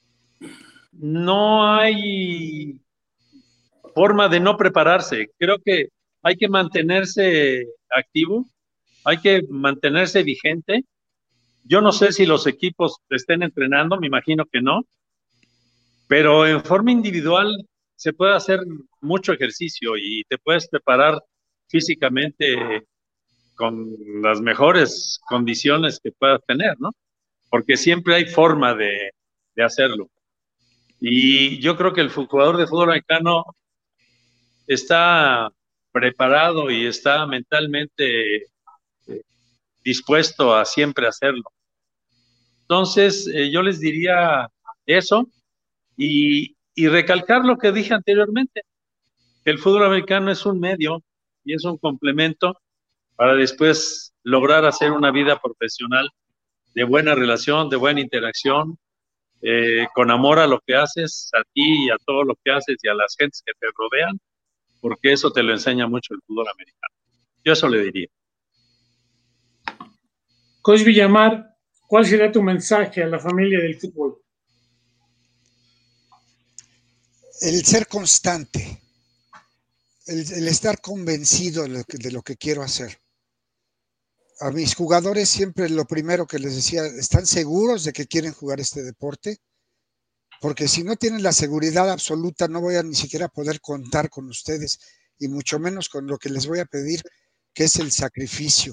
no hay forma de no prepararse. Creo que hay que mantenerse activo, hay que mantenerse vigente. Yo no sé si los equipos estén entrenando, me imagino que no, pero en forma individual se puede hacer mucho ejercicio y te puedes preparar físicamente con las mejores condiciones que puedas tener, ¿no? Porque siempre hay forma de hacerlo. Y yo creo que el jugador de fútbol americano está preparado y está mentalmente dispuesto a siempre hacerlo. Entonces, yo les diría eso y recalcar lo que dije anteriormente, que el fútbol americano es un medio y es un complemento para después lograr hacer una vida profesional de buena relación, de buena interacción, con amor a lo que haces, a ti y a todo lo que haces y a las gentes que te rodean, porque eso te lo enseña mucho el fútbol americano. Yo eso le diría. Coach Villamar, ¿cuál sería tu mensaje a la familia del fútbol? El ser constante, el estar convencido de lo que quiero hacer. A mis jugadores siempre lo primero que les decía, ¿están seguros de que quieren jugar este deporte? Porque si no tienen la seguridad absoluta, no voy a ni siquiera poder contar con ustedes, y mucho menos con lo que les voy a pedir, que es el sacrificio.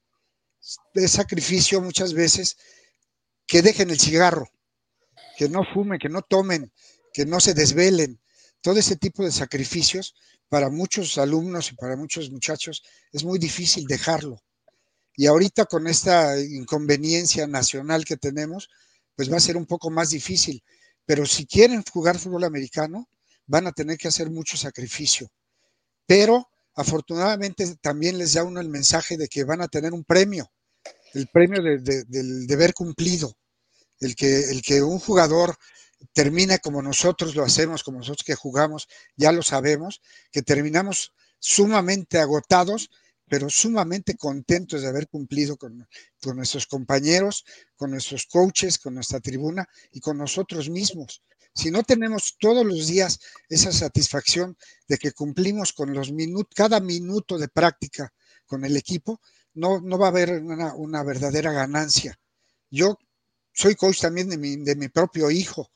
El sacrificio muchas veces, que dejen el cigarro, que no fumen, que no tomen, que no se desvelen. Todo ese tipo de sacrificios para muchos alumnos y para muchos muchachos es muy difícil dejarlo. Y ahorita con esta inconveniencia nacional que tenemos, pues va a ser un poco más difícil. Pero si quieren jugar fútbol americano, van a tener que hacer mucho sacrificio. Pero afortunadamente también les da uno el mensaje de que van a tener un premio, el premio del deber cumplido. El que un jugador termina como nosotros lo hacemos, como nosotros que jugamos, ya lo sabemos, que terminamos sumamente agotados, pero sumamente contentos de haber cumplido con nuestros compañeros, con nuestros coaches, con nuestra tribuna y con nosotros mismos. Si no tenemos todos los días esa satisfacción de que cumplimos con cada minuto de práctica con el equipo, no va a haber una verdadera ganancia. Yo soy coach también de mi propio hijo,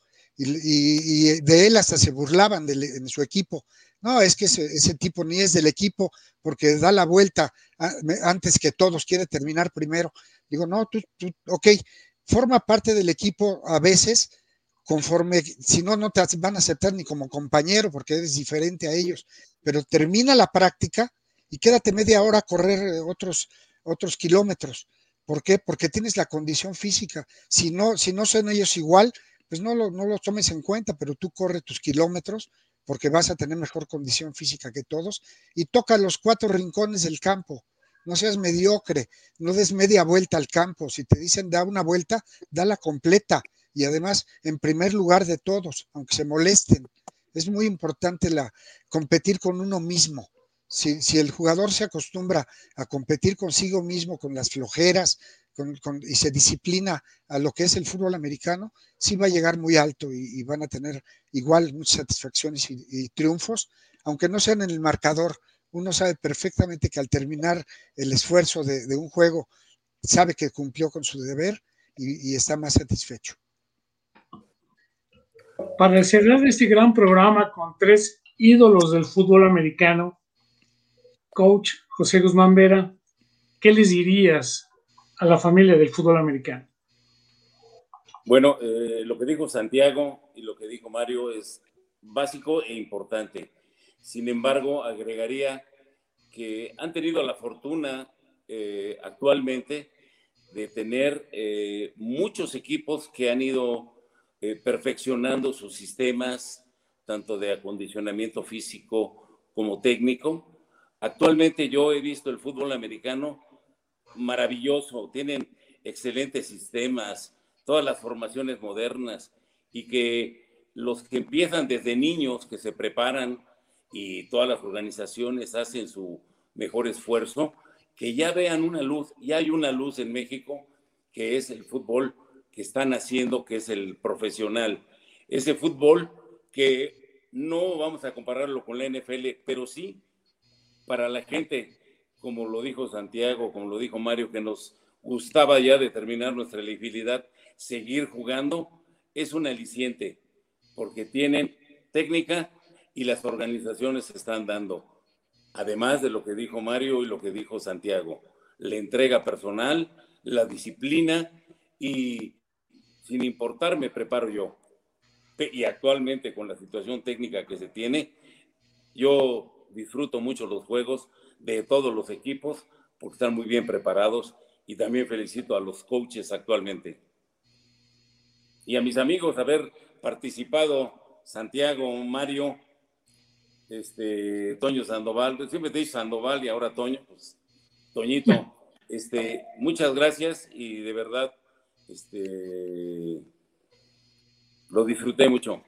y de él hasta se burlaban en su equipo. No, es que ese tipo ni es del equipo porque da la vuelta antes que todos, quiere terminar primero. Digo, no, tú, ok, forma parte del equipo a veces, conforme, si no, no te van a aceptar ni como compañero porque eres diferente a ellos, pero termina la práctica y quédate media hora a correr otros kilómetros. ¿Por qué? Porque tienes la condición física. Si no son ellos igual, pues no los tomes en cuenta, pero tú corre tus kilómetros porque vas a tener mejor condición física que todos, y toca los 4 rincones del campo. No seas mediocre, no des media vuelta al campo. Si te dicen da una vuelta, dala completa, y además en primer lugar de todos, aunque se molesten. Es muy importante competir con uno mismo. Si el jugador se acostumbra a competir consigo mismo, con las flojeras, y se disciplina a lo que es el fútbol americano, sí va a llegar muy alto y van a tener igual muchas satisfacciones y triunfos, aunque no sean en el marcador. Uno sabe perfectamente que al terminar el esfuerzo de un juego, sabe que cumplió con su deber y está más satisfecho. Para cerrar este gran programa con 3 ídolos del fútbol americano, coach José Guzmán Vera, ¿qué les dirías a la familia del fútbol americano? Bueno, lo que dijo Santiago y lo que dijo Mario es básico e importante. Sin embargo, agregaría que han tenido la fortuna actualmente de tener muchos equipos que han ido perfeccionando sus sistemas, tanto de acondicionamiento físico como técnico. Actualmente yo he visto el fútbol americano maravilloso, tienen excelentes sistemas, todas las formaciones modernas, y que los que empiezan desde niños, que se preparan y todas las organizaciones hacen su mejor esfuerzo, que ya vean una luz. Ya hay una luz en México, que es el fútbol que están haciendo, que es el profesional. Ese fútbol que no vamos a compararlo con la NFL, pero sí para la gente, como lo dijo Santiago, como lo dijo Mario, que nos gustaba ya determinar nuestra elegibilidad, seguir jugando, es un aliciente, porque tienen técnica y las organizaciones se están dando. Además de lo que dijo Mario y lo que dijo Santiago, la entrega personal, la disciplina, y sin importar me preparo yo. Y actualmente con la situación técnica que se tiene, yo disfruto mucho los juegos de todos los equipos porque están muy bien preparados, y también felicito a los coaches actualmente. Y a mis amigos haber participado, Santiago, Mario, Toño Sandoval, siempre te he dicho Sandoval y ahora Toño, pues Toñito, muchas gracias, y de verdad lo disfruté mucho.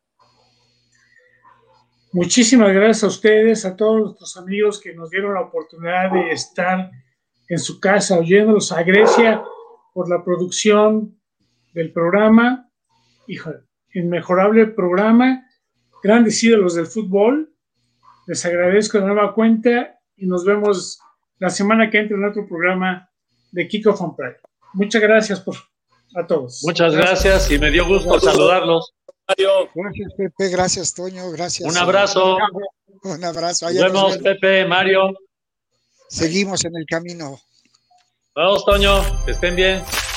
Muchísimas gracias a ustedes, a todos nuestros amigos que nos dieron la oportunidad de estar en su casa oyéndolos, a Grecia por la producción del programa. Híjole, inmejorable programa, grandes ídolos del fútbol. Les agradezco de nueva cuenta y nos vemos la semana que entra en otro programa de Kickoff on Pride. Muchas gracias a todos. Muchas gracias y me dio gusto saludarlos. Gracias, Pepe, gracias, Toño, gracias. Un abrazo. Un abrazo. Nos vemos, Pepe, Mario. Seguimos en el camino. Vamos, Toño, que estén bien.